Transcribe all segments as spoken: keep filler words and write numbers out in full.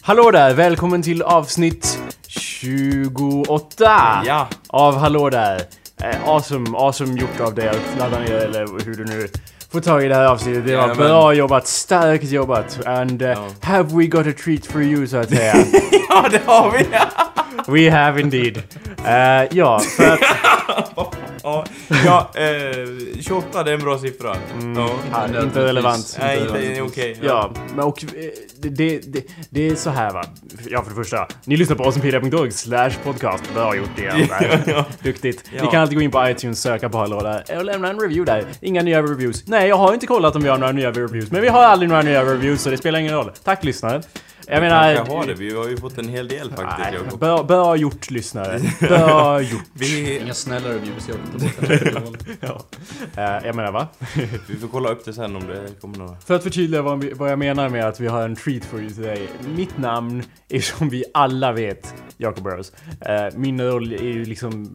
Hallå där, välkommen till avsnitt tjugoåtta ja. av Hallå där. Eh, awesome, awesome gjort av dig att ladda ner, eller hur du nu får tag i det här avsnittet. Det var ja, bra men... jobbat, starkt jobbat. And uh, ja. have we got a treat for you, så att säga. Ja, det har vi. We have indeed. Uh, ja, för att... Ja, ja eh, tjugoåtta det är en bra siffra. Mm, ja, ja, inte relevant. Nej, inte okej. Okay, ja. ja, men och det, det, det, det är så här, va. Ja, för det första, ni lyssnar på awesomepedia punkt org slash podcast. Bra gjort det. Ja, ja. Duktigt. Ja. Ni kan alltid gå in på iTunes, söka på Hallå där och lämna en review där. Inga nya reviews. Nej, jag har inte kollat om vi har några nya reviews, men vi har aldrig några nya reviews, så det spelar ingen roll. Tack lyssnare. Jag menar, jag har det. Vi har ju fått en hel del faktiskt. Nej, bra, bra gjort, lyssnare. Bra gjort. Vi... Inga snälla reviews. Jag, ja. uh, jag menar, va? Vi får kolla upp det sen om det kommer några. För att förtydliga vad, vad jag menar med att vi har en treat for you today. Mitt namn är, som vi alla vet, Jacob Burrows. Uh, min roll är ju liksom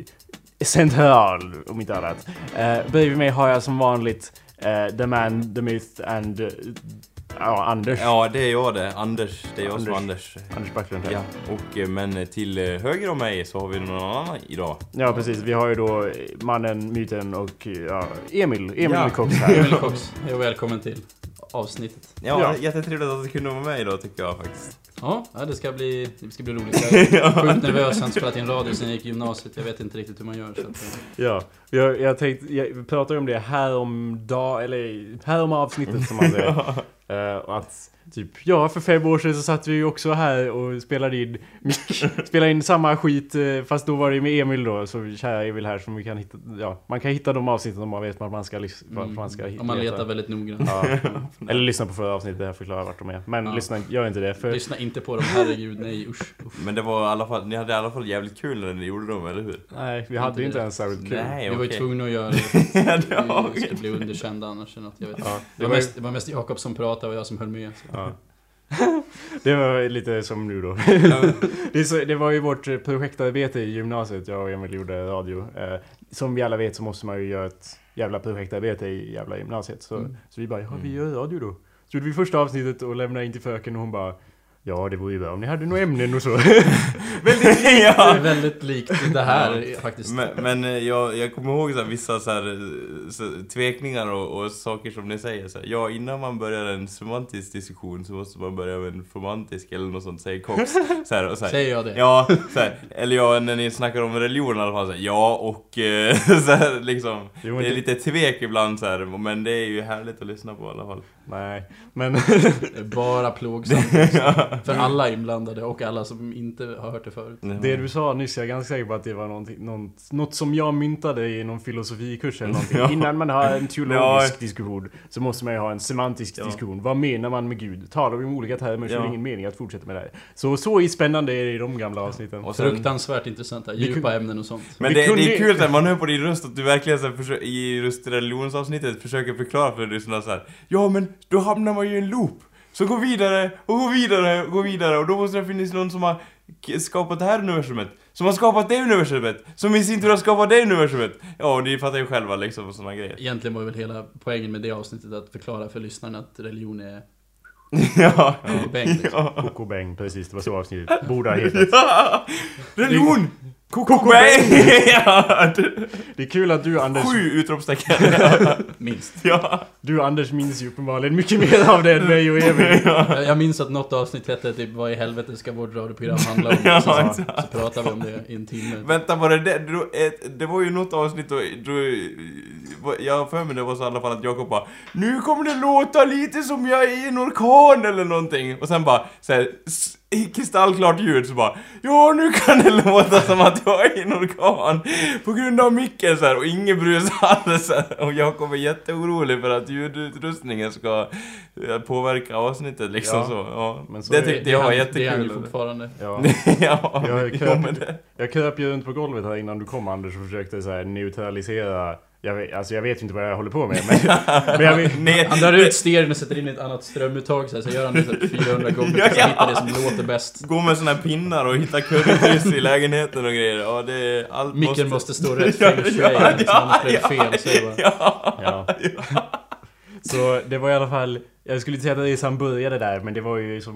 central, om inte annat. Uh, bredvid mig har jag som vanligt uh, the man, the myth and... Uh, Ja, Anders. Ja, det är jag det. Anders. Det är jag Anders. som Anders. Anders Backlund här. Ja, och, men till höger om mig så har vi någon annan idag. Ja, precis. Vi har ju då mannen, myten och ja, Emil. Emil ja. Cox här. Emil Cox. Hej, välkommen till avsnittet. Ja, ja. Jättetrevligt att du kunde vara med idag, tycker jag faktiskt. Ja, det ska bli, det ska bli roligt. Jag är sjukt nervös. Jag har inte spelat i en radio sen jag gick i gymnasiet. Jag vet inte riktigt hur man gör. Så att... Ja, jag, jag tänkte, jag pratar om det här om dag, eller här om avsnittet som man säger. uh, att typ, ja, för fem år sedan så satt vi ju också här och spelade in spelade in samma skit, fast då var det med Emil då, så kära Emil här som vi kan hitta, ja, man kan hitta de avsnitten om man vet att man ska lyssna, mm. man ska hitta. Om man letar väldigt noggrant. Ja. Eller lyssna på förra avsnittet där jag förklarar vart de är. Men ja. lyssna, gör inte det. För... Lyssna inte på dem, herregud, nej, usch, usch. Men det var i alla fall, ni hade i alla fall jävligt kul när ni gjorde dem, eller hur? Nej, vi hade ju inte ens särskilt kul. Nej, vi var ju okay. tvungna att göra det. Ja, det var vi skulle bli underkända annars. Något, jag vet. Ja, det, var mest, det var mest Jakob som pratade och jag som höll med. Ja. Det var lite som nu då. det, så, det var ju vårt projektarbete i gymnasiet. Jag och Emil gjorde radio. eh, Som vi alla vet så måste man ju göra ett jävla projektarbete i jävla gymnasiet. Så, mm. så vi bara, ja, vi gör radio då. Så gjorde vi första avsnittet och lämnade in till fröken och hon bara, ja, det vore ju bra om ni hade några ämnen och så. väldigt, ja. Det är väldigt likt det här ja. faktiskt. Men, men jag, jag kommer ihåg så här, vissa så här, så, tvekningar och, och saker som ni säger. Så här, ja, innan man börjar en semantisk diskussion så måste man börja med en romantisk eller något sånt, säger Cox. Så här, och så här, säger jag det? Ja, så här, eller ja, när ni snackar om religion i alla fall. Så här, ja, och så här, liksom, jo, det är lite tvek ibland så här, men det är ju härligt att lyssna på i alla fall. Nej, men... det är bara plågsamt. Ja. För alla inblandade och alla som inte har hört det förut. Mm. Det du sa nyss, jag är ganska säker på att det var något, något som jag myntade i någon filosofikurs eller någonting. Ja. Innan man har en teologisk ja. diskussion så måste man ju ha en semantisk ja. diskussion. Vad menar man med Gud? Talar vi om olika termer så ja. är det ingen mening att fortsätta med det här. Så så är spännande är det i de gamla avsnitten. Och sen, fruktansvärt intressanta, djupa kunde, ämnen och sånt. Men det, kunde, det är kul att man hör på din röst att du verkligen så här, försöker, i just religionsavsnittet försöker förklara för lyssnarna så här. Ja, men då hamnar man ju i en loop. Så gå vidare och gå vidare och gå vidare. Och då måste det finnas någon som har skapat det här universumet, som har skapat det universumet, som i sin tur har skapat det universumet. Ja, och ni fattar ju själva liksom sådana grejer. Egentligen var väl hela poängen med det avsnittet att förklara för lyssnarna att religion är... ja, Kokobäng liksom. ja. Kokobäng, precis, det var så avsnittet borde ha hetat. Ja, religion! Kokobäng! Ja, det är kul att du, Anders... Sju utropstecken. Minst. Ja. Du, Anders, minns ju uppenbarligen mycket mer av det än mig och Emil. Ja. Jag minns att något avsnitt hette typ vad i helvete ska vårt radioprogram handla om. Ja, så, så, så pratar vi om det i en timme. Vänta, var det det? Det var ju något avsnitt då, då jag för mig det var så i alla fall att Jakob bara, nu kommer det låta lite som jag är i en orkan eller någonting. Och sen bara så här, kristallklart ljud så bara, ja, nu kan det låta som att jag är i en orkan på grund av micken så här, och ingen bryr sig alls. Och jag kommer jätteorolig för att ljudutrustningen ska påverka avsnittet liksom. Ja, så. Ja. Men så det tyckte det, jag var jättekul. Det är han fortfarande. Ja. Ja, jag kröp, jag kröp ju runt på golvet här innan du kom, Anders, och försökte så här neutralisera. Jag vet, alltså jag vet inte vad jag håller på med, men, men jag vet, nej, han drar ut stereon och sätter in ett annat strömuttag så, här, så gör han det typ fyrahundra gånger för att hitta det som låter bäst. Gå med såna här pinnar och hitta currykryss i lägenheten och grejer. Ja, det är allt. Micken måste, måste stå rätt fel och ja, ja, ja, annars blir det fel. Så bara. Ja, ja. Ja. Så det var i alla fall, jag skulle inte säga att det är som började där, men det var ju som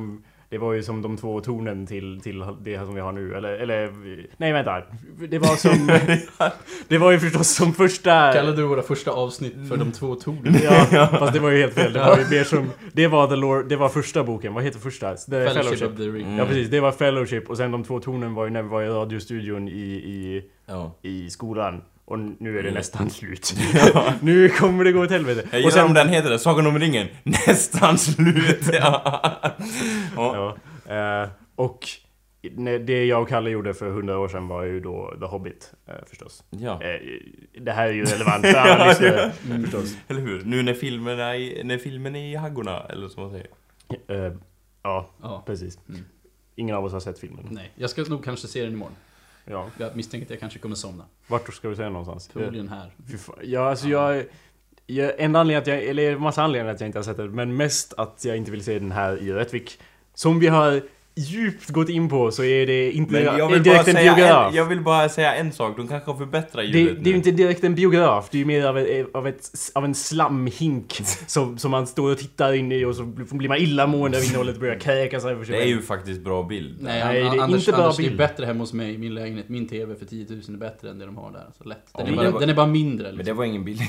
det var ju som de två tonen till, till det som vi har nu. Eller, eller nej vänta. Det var som... det var ju förstås som första... Kallade du våra första avsnitt för de två tonen? Ja, fast det var ju helt fel. Det var ju mer som... Det var, the Lord, det var första boken. Vad heter första? The Fellowship, Fellowship of the Ring. Ja precis, det var Fellowship. Och sen de två tonen var ju när vi var i radiostudion i, i, Ja. i skolan. Och nu är det Mm. nästan slut. Ja. Nu kommer det gå åt helvete. Jag gillar om den heter det, Sagan om ringen. Nästan slut. Ja. Ja. Ja. Eh, och när det jag och Kalle gjorde för hundra år sedan var ju då The Hobbit, eh, förstås. Ja. Eh, det här är ju relevant för alla lyssnare, mm, förstås. Eller hur? Nu när filmerna är, när filmen är i haggorna, eller som man säger. Eh, ja, Ja. precis. Mm. Ingen av oss har sett filmen. Nej, jag ska nog kanske se den imorgon. Ja. Jag misstänker att jag kanske kommer somna. Vart ska vi se någonstans? Förmodligen här. Fy fan. Ja, alltså jag... jag en anledning att jag... Eller en massa anledningar att jag inte har sett det. Men mest att jag inte vill se den här i Rättvik. Som vi har djupt gått in på så är det inte Men jag är vill, bara direkt en säga biograf. en, jag vill bara säga en sak, de kanske har förbättrat Det, ljudet det är ju nu. inte direkt en biograf, det är ju mer av, ett, av, ett, av en slamhink som, som man står och tittar in i och så blir man illamående av innehållet och börjar kräka sig över sig. Det är ju faktiskt bra bild. Nej, Nej, det är Anders, inte bra Anders, det är bild. bättre hemma hos mig i min lägenhet. Min tv för tio tusen är bättre än det de har där. Så lätt. Den, Ja, är, men bara, det var- den är bara mindre liksom. Men det var ingen billig.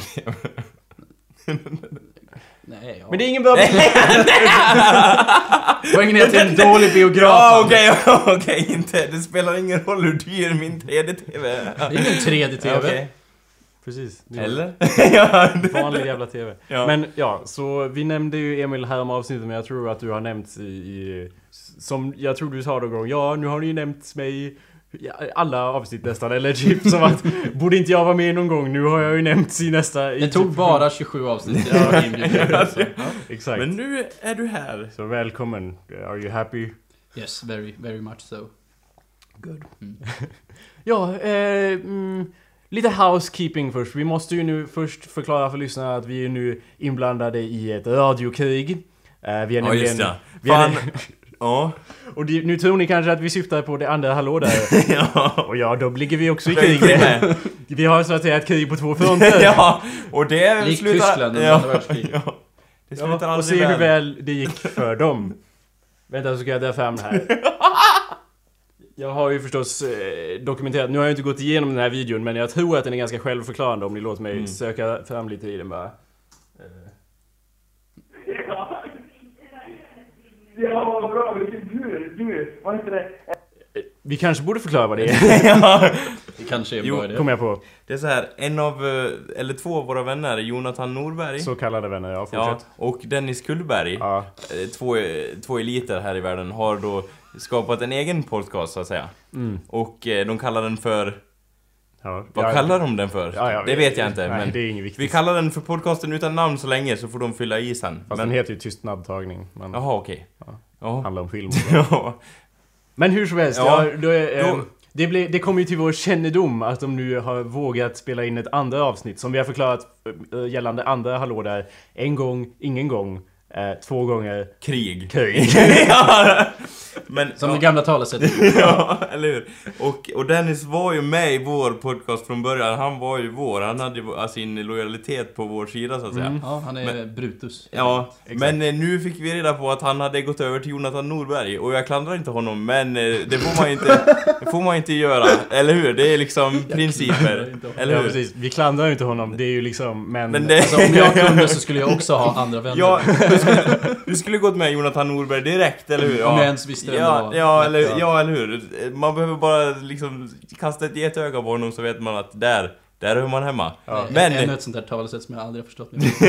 Nej, ja. Men det är ingen bra bild! Poängen är att det är en dålig biograf. Ja, okej, okej, inte. Det spelar ingen roll hur dyr min tredje tv är. Det är ingen tredje tv. Ja, okej. Precis. det är Eller? Ja. vanlig jävla tv. Ja. Men ja, så vi nämnde ju Emil här om avsnittet, men jag tror att du har nämnt i... i som jag tror du sa då gång, ja nu har ni ju nämnt mig i alla avsnitt nästan, eller typ som att borde inte jag vara med någon gång, nu har jag ju nämnt i nästa... I Det tog typ- bara tjugosju avsnitt. Ja, Ja, Exakt. Men nu är du här. Så välkommen. Are you happy? yes, very, very much so. Good. Mm. Ja, eh, mm, lite housekeeping först. Vi måste ju nu först förklara för lyssnarna att vi är nu inblandade i ett radiokrig. Eh, vi är Ja, nämligen... just det. Vi är, Fan. Ja. och det, nu tror ni kanske att vi syftar på det andra hallå där. Ja. Och ja, då ligger vi också i Jag är krig. med. Vi har så att säga ett krig på två fronter. Ja, och det Likt slutar... Tyskland under ja. andra världskriget. Ja. Det slutar Ja, och aldrig se hur väl. väl det gick för dem. Vänta, så ska jag dra fram det här. Jag har ju förstås eh, dokumenterat, nu har jag inte gått igenom den här videon, men jag tror att den är ganska självförklarande om ni låter mig Mm. söka fram lite i den bara. Eh, Ja, vad bra. Du, du, vad heter det? Vi kanske borde förklara vad det är, Ja. Det kanske är en Jo, bra idé. kommer jag på. Det är så här, en av, eh, eller två av våra vänner, Jonathan Norberg. Så kallade vänner, ja, Ja, fortsätt. och Dennis Kullberg, Ja. eh, två, eh, två eliter här i världen, har då skapat en egen podcast så att säga. Mm. Och eh, de kallar den för... Ja. Vad Ja, kallar de den för? ja, ja, det vet jag inte, Nej, men det är inget viktigt. vi kallar den för podcasten utan namn så länge, så får de fylla i sen. Fast Men, den heter ju Tystnadtagning. Men jaha, okej. Ja. Ja. handlar om film. Ja. Men hur som helst, Ja, ja, då är, eh, då- det, blir, det kommer ju till vår kännedom att de nu har vågat spela in ett andra avsnitt som vi har förklarat eh, gällande andra hallå där. En gång, ingen gång, eh, två gånger, Krig. krig. Ja. Men, Som ja. det gamla talesättet. Ja, eller hur? Och, och Dennis var ju med i vår podcast från början. Han var ju vår. Han hade ju alltså, sin lojalitet på vår sida så att säga. Mm. Ja, han är Men- Brutus. Ja, Exakt. men eh, nu fick vi reda på att han hade gått över till Jonathan Norberg. Och jag klandrar inte honom, men eh, det får man ju inte, det får man inte göra. Eller hur? Det är liksom principer. inte honom. Eller Ja, hur? precis. Vi klandrar ju inte honom, det är ju liksom, men... Men det... Alltså om jag kunde så skulle jag också ha andra vänner. Ja, du skulle, du skulle gått med Jonathan Norberg direkt, eller hur? Om jag ens visste vem det ja, var. ja, eller, Ja. ja, eller hur? Man behöver bara liksom kasta ett getöga på honom så vet man att där, där är man hemma. Ja. Men... Men- Ännu ett sånt där talesätt som jag aldrig har förstått.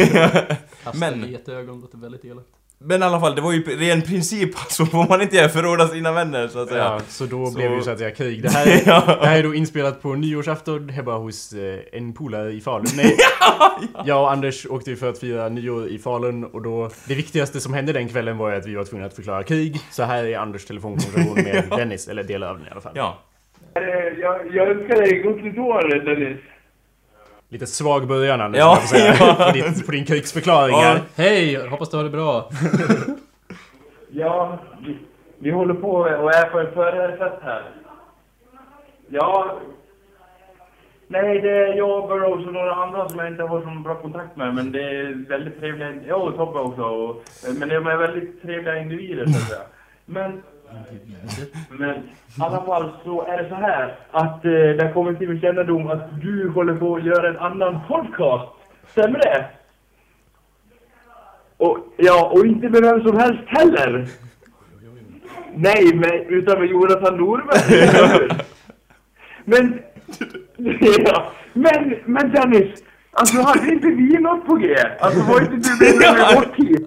Kasta Men- i ett ögon låter väldigt elakt. Men i alla fall, det var ju ren princip, så får man inte förråda sina vänner så att säga. Ja, så då Så- blev det ju så att säga krig. Det här, är, Ja. det här är då inspelat på nyårsafton hemma hos eh, en polare i Falun. Nej, jag och Anders åkte ju för att fira nyår i Falun och då, det viktigaste som hände den kvällen var ju att vi var tvungna att förklara krig. Så här är Anders telefonkonversation med Dennis, eller delar av den i alla fall. Ja. Eh, Jag, jag önskar dig gott nytt år, Dennis. Lite svag början Anders, Ja, ja, säga, ja. på, ditt, på din krigsförklaring här. Hej, hoppas du har det bra. Ja, vi, vi håller på och är på en förarfest här. Ja. Nej, det är jag, Burrows och några andra som jag inte har så bra kontakt med. Men det är väldigt trevliga... Ja, och Tobbe också. Och, men de är väldigt trevliga individer, så att säga. Men, men i alla fall så är det så här att eh, det har kommit till min kännedom att du håller på att göra en annan podcast. Stämmer det? Och, ja, och inte med vem som helst heller. Nej, men, utan med Jonathan Norberg. men, ja, men, men Dennis, alltså hade inte vi något på G? Alltså var inte du med mig bort hit?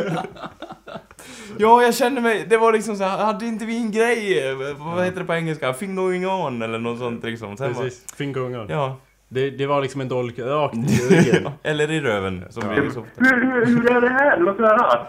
Ja, jag kände mig, det var liksom så här, hade inte vi en grej, vad heter det på engelska? Thing going on eller något sånt liksom. Sen Precis, thing going on. Ja. Det, det var liksom en dolk rakt i ryggen. Eller i röven, som ja. vi så ofta. Hur, hur, hur är det här? Låt höra.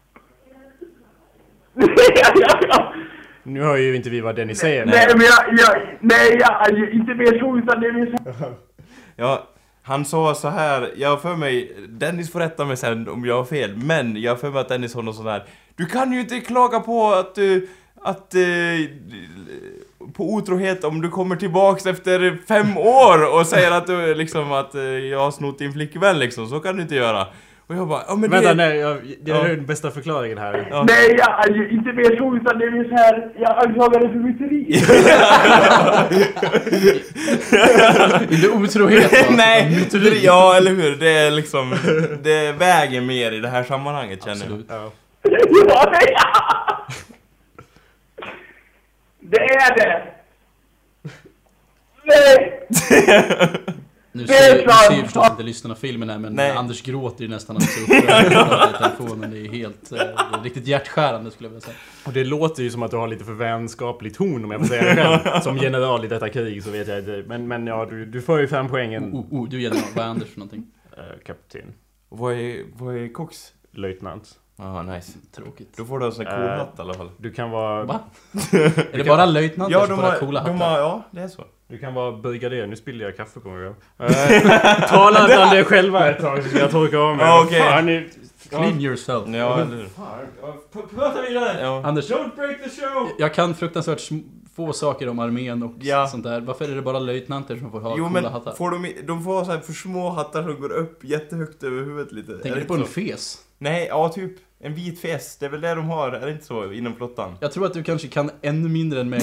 ja, ja, ja. Nu hör ju inte vi vad Dennis säger. Nej, men jag, jag, nej, jag, inte mer så utan det är mer så. Ja, han sa så här, jag för mig, Dennis får rätta mig sen om jag har fel, men jag för mig att Dennis har något sån här, du kan ju inte klaga på att du, att, eh, på otrohet om du kommer tillbaks efter fem år och säger att du liksom, att eh, jag har snott din flickvän liksom, så kan du inte göra. Och jag bara, ja men Vänta, det... nej, jag, det är Ja. den bästa förklaringen här. Ja. Nej, jag, inte mer så utan det är mer så här, jag anklagar dig för myteri. Inte otrohet då? Nej, Myteri. ja eller hur, det är liksom, det väger mer i det här sammanhanget känner jag. Absolut. Ja. ja, det är det. är det. Nej. Nu Det är ser, nu sant. ser förstås inte lyssnarna filmen här, men Nej. Anders gråter ju nästan att så upprörd i telefonen. Det är helt, eh, det är riktigt hjärtskärande skulle jag vilja säga. Och det låter ju som att du har lite för vänskaplig ton om jag får säga det själv. Som general i detta krig så vet jag inte. Men, men ja, du, du får ju fem poängen. Oh, oh, du är general, vad är Anders för någonting? Uh, kapten. Och vad är, vad är Cox? Löjtnant. Ja, nice. Tråkigt. Då får du en sån här cool Eh, hatt i alla fall. Du kan vara... Va? Är det bara löjtnanter Ja, som de får har, coola hattar? de har, ja, det är så. Du kan vara brigader. Nu spillde jag kaffe på mig. Uh, tala bland er själva ett tag så ska jag torka av mig. Ja, okej. Fan, ni... Clean yourself. Ja, eller hur? Prata vidare! Ja. Anders, Don't break the show! jag kan fruktansvärt sm- få saker om armén och Ja. sånt där. Varför är det bara löjtnanter som får ha Jo coola men hattar? får de, de får så här för små hattar som går upp jättehögt över huvudet lite. Är Tänker det du på inte en så? fes? Nej, ja typ en vit fes. Det är väl det de har, är det inte så inom flottan? Jag tror att du kanske kan ännu mindre än mig.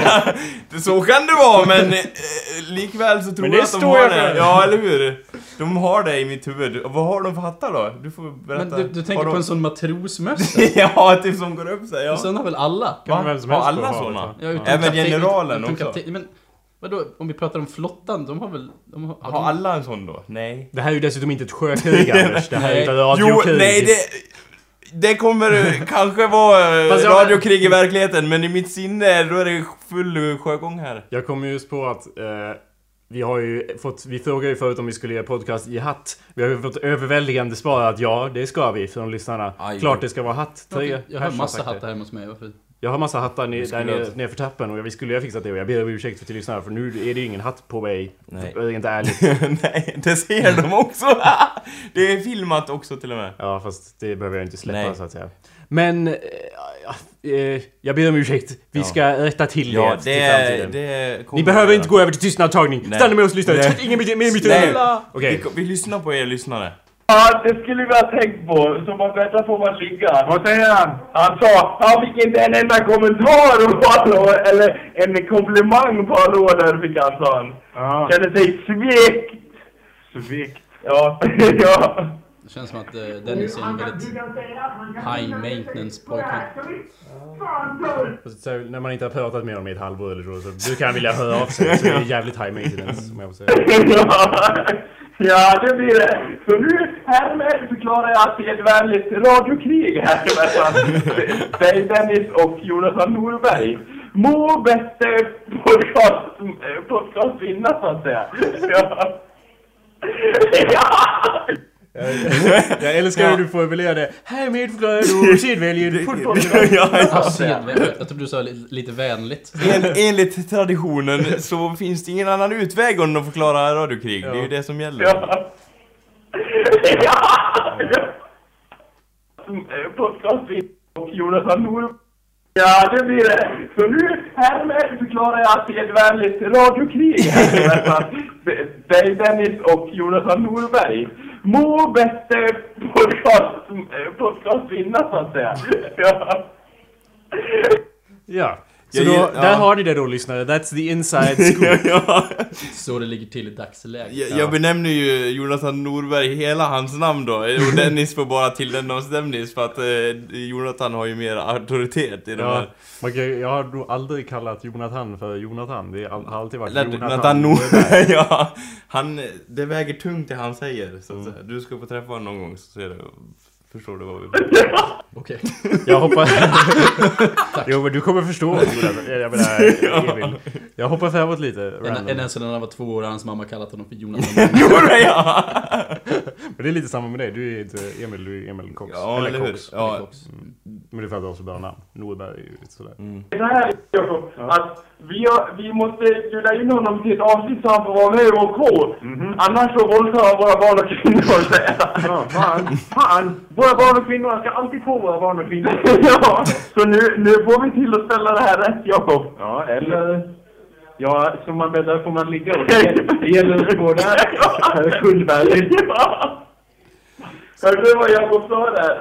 Det, så kan det vara men eh, likväl så tror Men det jag att de står har jag det. för. Ja, eller hur? De har det i mitt huvud. Och vad har de för hattar då? Du får berätta. Men du, du tänker Har de... på en sån matrosmössa? Ja, typ som går upp sig. Ja. Sån har väl alla? Kan Va? vem som Har helst alla få ha, såna? vet du. Ja, utom Även kapten- generalen utom också. kapten- Men vadå, om vi pratar om flottan, de har väl... De har, Har de- alla en sån då? Nej. Det här är ju dessutom inte ett sjökrig, Anders. Det här är Nej. ett Jo, radiokrig. nej det... Det kommer kanske vara eh, Fast jag- radiokrig i verkligheten, men i mitt sinne då är det full sjögång här. Jag kommer just på att eh, vi har ju fått, vi frågade ju förut om vi skulle göra podcast i hatt. Vi har ju fått överväldigande svar att ja, det ska vi från lyssnarna. Aj, Klart aj. det ska vara hatt. Tre Okej, jag har pers massa sagt det. hattar hemma hos mig. Varför? Jag har massa hattar ner, skulle där nere, ha- ner för tappen och vi skulle ha fixat det och jag ber om ursäkt för till lyssnarna för nu är det ju ingen hatt på mig. Nej. Det är inte ärligt. Nej, det ser de också. Det är filmat också till och med. Ja, fast det behöver jag inte släppa Nej. så att säga. Men, eh, ja, eh, jag ber om ursäkt. Vi Ja. ska rätta till Ja, det, det, till framtiden. det kommer Ni behöver vi inte göra. gå över till tystnadtagning. Nej. Stanna med oss lyssnare. Nej. Tryck ingen mer mitt Nej. Okej. Vi, vi lyssnar på er lyssnare. Ja, det skulle vi ha tänkt på. Som att detta får man ligga. Vad säger han? Han sa, han fick inte en enda kommentar på hallå, eller en komplimang på hallå där fick han, sa han. Ja, Kände sig svekt. svek. Ja, ja. Det känns som att eh, Dennis är en väldigt high maintenance pojkvän. Fast så, när man inte har pratat med dem i ett halvår eller så, så brukar han vilja höra av sig. Så det är jävligt high maintenance, om jag får säga. ja. Ja, det blir det. Så nu härmed förklarar jag att det är ett vänligt radiokrig här mellan dig, Dennis och Jonathan Norberg. Må bättre podcast, podcast vinna, så att säga. Ja. Ja. Jag älskar hur du formulerar det. Härmed förklarar du sedvänligen fortfarande. Ja, Ja, sedvänligt. Jag trodde du sa li- lite vänligt. en, enligt traditionen så finns det ingen annan utväg om de förklarar radiokrig. Det är ju det som gäller. Ja. Ja. Podcast vinna och Jonathan Norberg. Ja, det blir det. Så nu härmed förklarar jag att det är ett vänligt radiokrig här mellan dig, Dennis och Jonathan Norberg. Må bättre podcast, podcast vinna, så att säga. Ja. Ja. Så Jag då, gill- där ja. har ni det då, lyssnare. That's the inside scoop. ja. Så det ligger till i dagsläget. Jag, jag benämner ju Jonathan Norberg hela hans namn då. Och Dennis får bara till den hos Dennis. För att eh, Jonathan har ju mer auktoritet i de Ja, här. man kan, jag har nog aldrig kallat Jonathan för Jonathan. Det har alltid varit Jonathan, Jonathan. Norberg. ja. Han, det väger tungt det han säger. Så att säga. Du ska få träffa honom någon gång så ser du. Förstår du vad vi Okej. Jag hoppas... jo, men du kommer förstå. Jonathan. Jag menar, Emil. Jag hoppar framåt lite. En, en, en sedan han var två år, hans mamma kallat honom för Jonathan. Norberg, ja. Men det är lite samma med dig. Du är inte Emil, du är Emil Cox. Ja, eller hur? Cox. Ja. Mm. Men det är för att du har så bra namn. Norberg är ju lite sådär. Mm. Det här Jakob, att vi, har, vi måste bjuda in honom till ett avsnitt så han får vara med i vår kår. Mm-hmm. Annars så våldtar våra barn och kvinnor. Ja, fan, fan. Våra barn och kvinnor ska alltid få våra barn och kvinnor. ja, så nu, nu får vi till att ställa det här rätt, Jakob. Ja, eller... Ja, som man bäddar får man ligga och det gäller båda kullberg. Ja. Hörde du vad Jakob sa där?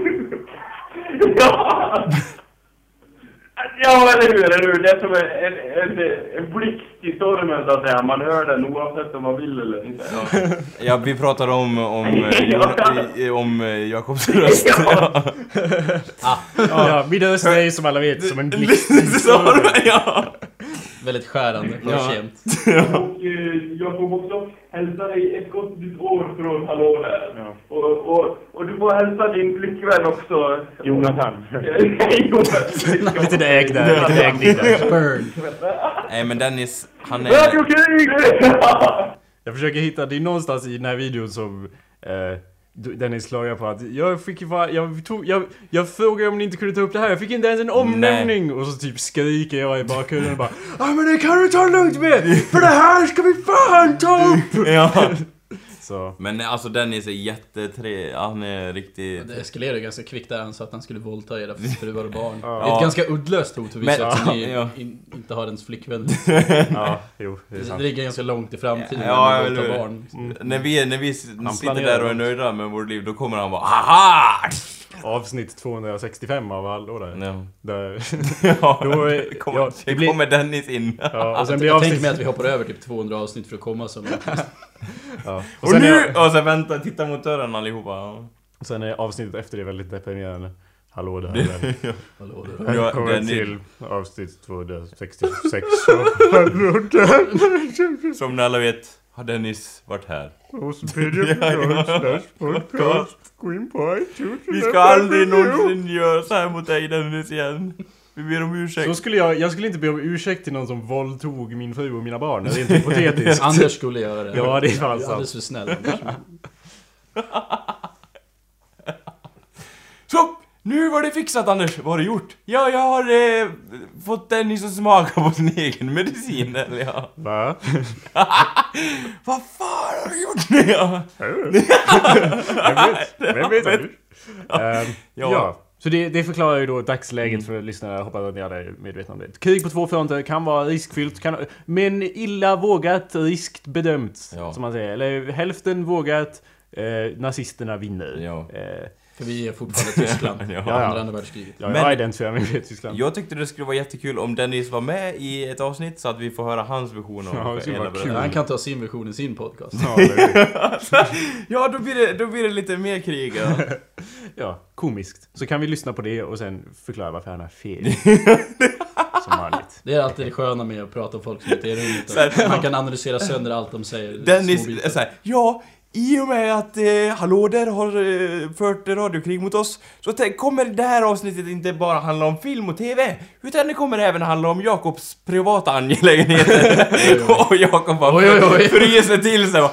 ja. Ja, eller hur, eller hur? Det är som en, en, en, en blixt i stormen, så att säga. Man hör den oavsett om man vill eller inte. Ja, ja vi pratar om, om, om, om Jakobs röst. Ja. Ah, Ja, min röst är som alla vet som en blixt. ja. väldigt skärande. Ja. För sent. Och eh, jag får också hälsa dig ett gott nytt år från Hallå där. Ja. Och, och, och du får hälsa din flickvän också. Jonathan. Nej, Jonathan. Lite däg där, lite däg där. Burn. Nej men Dennis, han är... Radiokrig! Jag försöker hitta, det är någonstans i den här videon som eh, Dennis klagar på att jag fick ju bara, jag, tog, jag, jag frågade om ni inte kunde ta upp det här, jag fick inte ens en omnämning. Och så typ skriker jag i bakgrunden och bara ja men det kan du ta lugnt med, för det här ska vi fan ta upp! ja. Så. Men alltså Dennis är jättetre, han är riktigt... Det eskalerade ganska kvickt där han sa att han skulle våldta era fruar och barn. Ja. Det är ett ganska uddlöst hot för vissa Men- eftersom ni ja. in, inte har ens flickvän. Ja, jo, det är Det sant. ligger ganska långt i framtiden Ja, när man eller våldtar hur? barn. Mm. När vi, när vi s- sitter planerar där och är något. nöjda med vårt liv, då kommer han bara haha! Avsnitt tvåhundrasextiofem av Hallå där. Ja, där. ja Då, eh, det kommer, ja, det det blir- kommer Dennis in. Ja, och sen Jag, blir jag avsnitt... tänker mig att vi hoppar över typ tvåhundra avsnitt för att komma så långt. Ja. Och Och sen, nu! är, Och så vänta, titta mot dörren allihopa. Ja. sen är avsnittet efter det väldigt deprimerande. Hallå där. där. Hallå, det- Välkommen Ja, den är- till avsnitt tvåhundrasextiosex av Hallå där. Som ni alla vet har Dennis varit här. Wikipedia slash podcast. Gå in på iTunes. Vi ska aldrig någonsin göra så här mot dig Dennis igen. Vi ber om ursäkt. Så skulle jag, jag skulle inte be om ursäkt till någon som våldtog min fru och mina barn. Det är inte hypotetiskt. Anders skulle göra det. Ja, det är fan Du är sant. alldeles för snäll, Anders. Så! Nu var det fixat Anders, vad har du gjort? Ja, jag har eh, fått Dennis att smaka på sin egen medicin, eller ja. Va? Vad fan har du gjort nu? Ja. Vem vet? Vem vet? Ehm, Ja. ja. Så det, det förklarar ju då dagsläget för lyssnarna. Jag hoppas att ni alla är medvetna om det. Krig på två fronter kan vara riskfyllt, kan, men illa vågat, riskt bedömt. Ja. Som man säger. Eller hälften vågat, eh, nazisterna vinner. Ja. Eh, För vi är fortfarande Tyskland. Ja. Ja, andra, andra världskriget. ja, Men- jag identifierar mig med Tyskland. Jag tyckte det skulle vara jättekul om Dennis var med i ett avsnitt så att vi får höra hans version av Ja, det skulle hela vara kul. berättelsen. Han kan ta sin version i sin podcast. Ja, eller hur? Ja, då blir, det, då blir det lite mer krig. Ja. Ja, komiskt. Så kan vi lyssna på det och sen förklara varför han har fel. Som vanligt. Det är alltid det sköna med att prata om folk som inte är runt. Så här, Man kan analysera sönder allt de säger. Dennis Små bitar. är såhär, ja, i och med att eh, Hallå där har eh, fört radiokrig mot oss så tänk, kommer det här avsnittet inte bara handla om film och tv utan det kommer även handla om Jakobs privata angelägenheter. Och Jakob bara Oj, oj, oj. fryser till sig.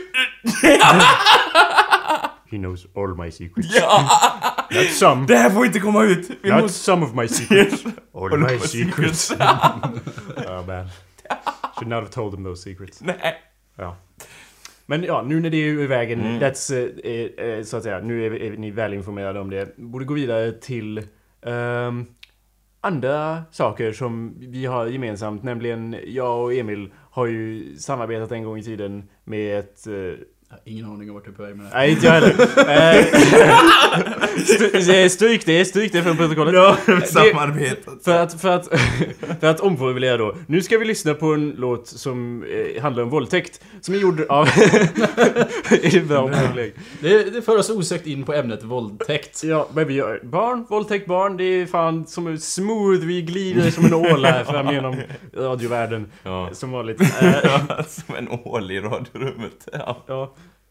He knows all my secrets. Ja, Not some. det här får inte komma ut. Vi Not måste... some of my secrets. All All my my secrets. Oh man. Should not have told them those secrets. Nej. Ja. Men ja, nu när det är ur vägen, Mm. that's, eh, eh, så att säga, nu är, vi- är ni väl informerade om det. Borde gå vidare till ehm, andra saker som vi har gemensamt. Nämligen, jag och Emil har ju samarbetat en gång i tiden med ett eh, Ingen aning om vart du är på väg med det här. Nej, inte jag heller. St- stryk det, stryk det för protokollet. Ja, samarbetet. För att, för att, för att omformulera då. Nu ska vi lyssna på en låt som eh, handlar om våldtäkt. Som är gjord av... bra det, det för oss osökt in på ämnet våldtäkt. Ja, men vi gör barn, våldtäkt barn. Det är fan som smooth, vi glider som en ål här fram genom radiovärlden. Ja. Som vanligt. Eh, som en ål i radiorummet. Ja. Ja.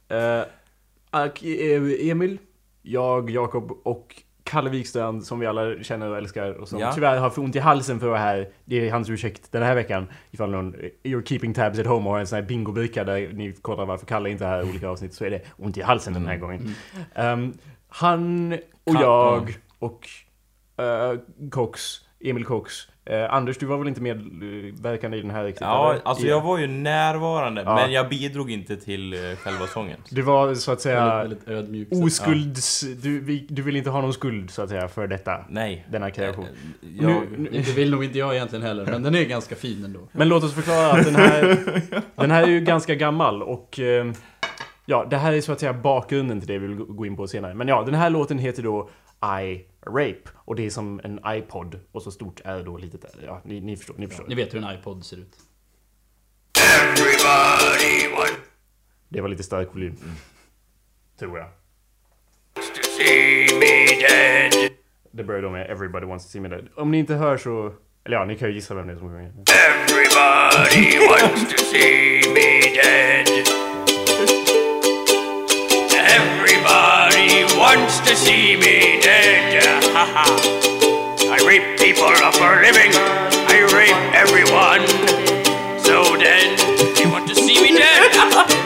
Uh, Emil, jag, Jakob och Kalle Wikstrand som vi alla känner och älskar och som Ja. tyvärr har för ont i halsen för att vara här. Det är hans ursäkt den här veckan. Ifall någon you're keeping tabs at home och har en sån här bingo-bricka där ni kollar varför Kalle inte är här i olika avsnitt, så är det ont i halsen den här gången. Mm. Um, han och Ka- jag och uh, Cox, Emil Cox. Eh, Anders, du var väl inte medverkande i den här riktigt? Ja, eller? alltså jag var ju närvarande, Ja. men jag bidrog inte till eh, själva sången. Du var så att säga Väldigt, väldigt ödmjuk. oskulds... Du, vi, du vill inte ha någon skuld så att säga för detta. Nej. Denna kreation. Jag... Nu, nu, Det vill nog inte jag egentligen heller, men den är ganska fin ändå. men låt oss förklara att den här... den här är ju ganska gammal och... Eh, ja, det här är så att säga bakgrunden till det vi vill gå in på senare. Men ja, den här låten heter då I Rape. Och det är som en iPod. Och så stort är då litet... Ja, ni, ni förstår. Ni förstår. Ni vet hur en iPod ser ut. Everybody wants Det var lite stark volym. Mm. Tror jag. to see me dead. Det börjar då med Everybody wants to see me dead. Om ni inte hör så... Eller ja, ni kan ju gissa vem det är som sjunger. Everybody wants to see me dead. Everybody wants to see me dead. I rape people for a living. I rape everyone. So then they want to see me dead.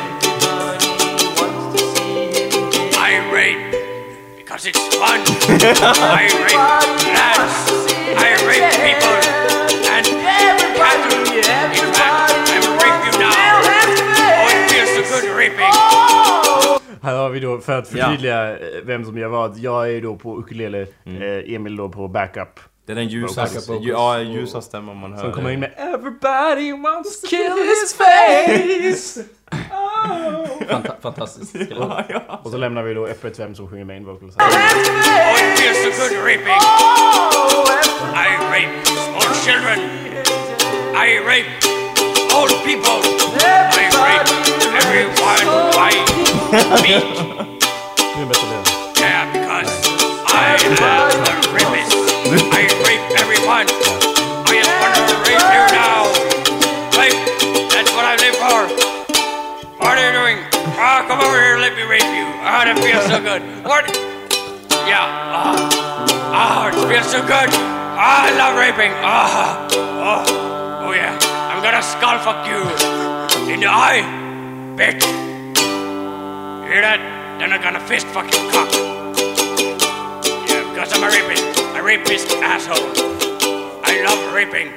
I rape because it's fun. I rape lads. I rape people. And cattle. In fact, I will rape you now. Oh, it feels so good raping. Här har vi då, för att förtydliga ja. vem som gör vad. Jag är då på ukulele, Mm. eh, Emil då på backup. Det är den ljusa, ja, ljusa stämman man hör. Som kommer in med Everybody wants to kill his face. Fanta- fantastiskt. Ja, ja. Och så lämnar vi då öppet vem som sjunger main vocals. Oh, it feels so good raping. I rape small children. I rape old people. I rape everyone. Why me? Nu är det bättre det. Yeah, because I am the rapist. I rape everyone. I am gonna rape you now. Rape, that's what I live for. What are you doing? Ah, come over here, let me rape you. Ah, that feels so good. What? Yeah. Ah, ah, it feels so good. Ah, I love raping. Ah, oh, oh yeah. I'm gonna skull fuck you in the eye, bitch. You hear that? Then I'm gonna fist fuck your cock. Yeah, because I'm a rapist. A rapist asshole. I love raping.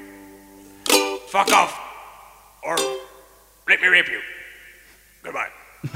Fuck off. Or let me rape you. Goodbye.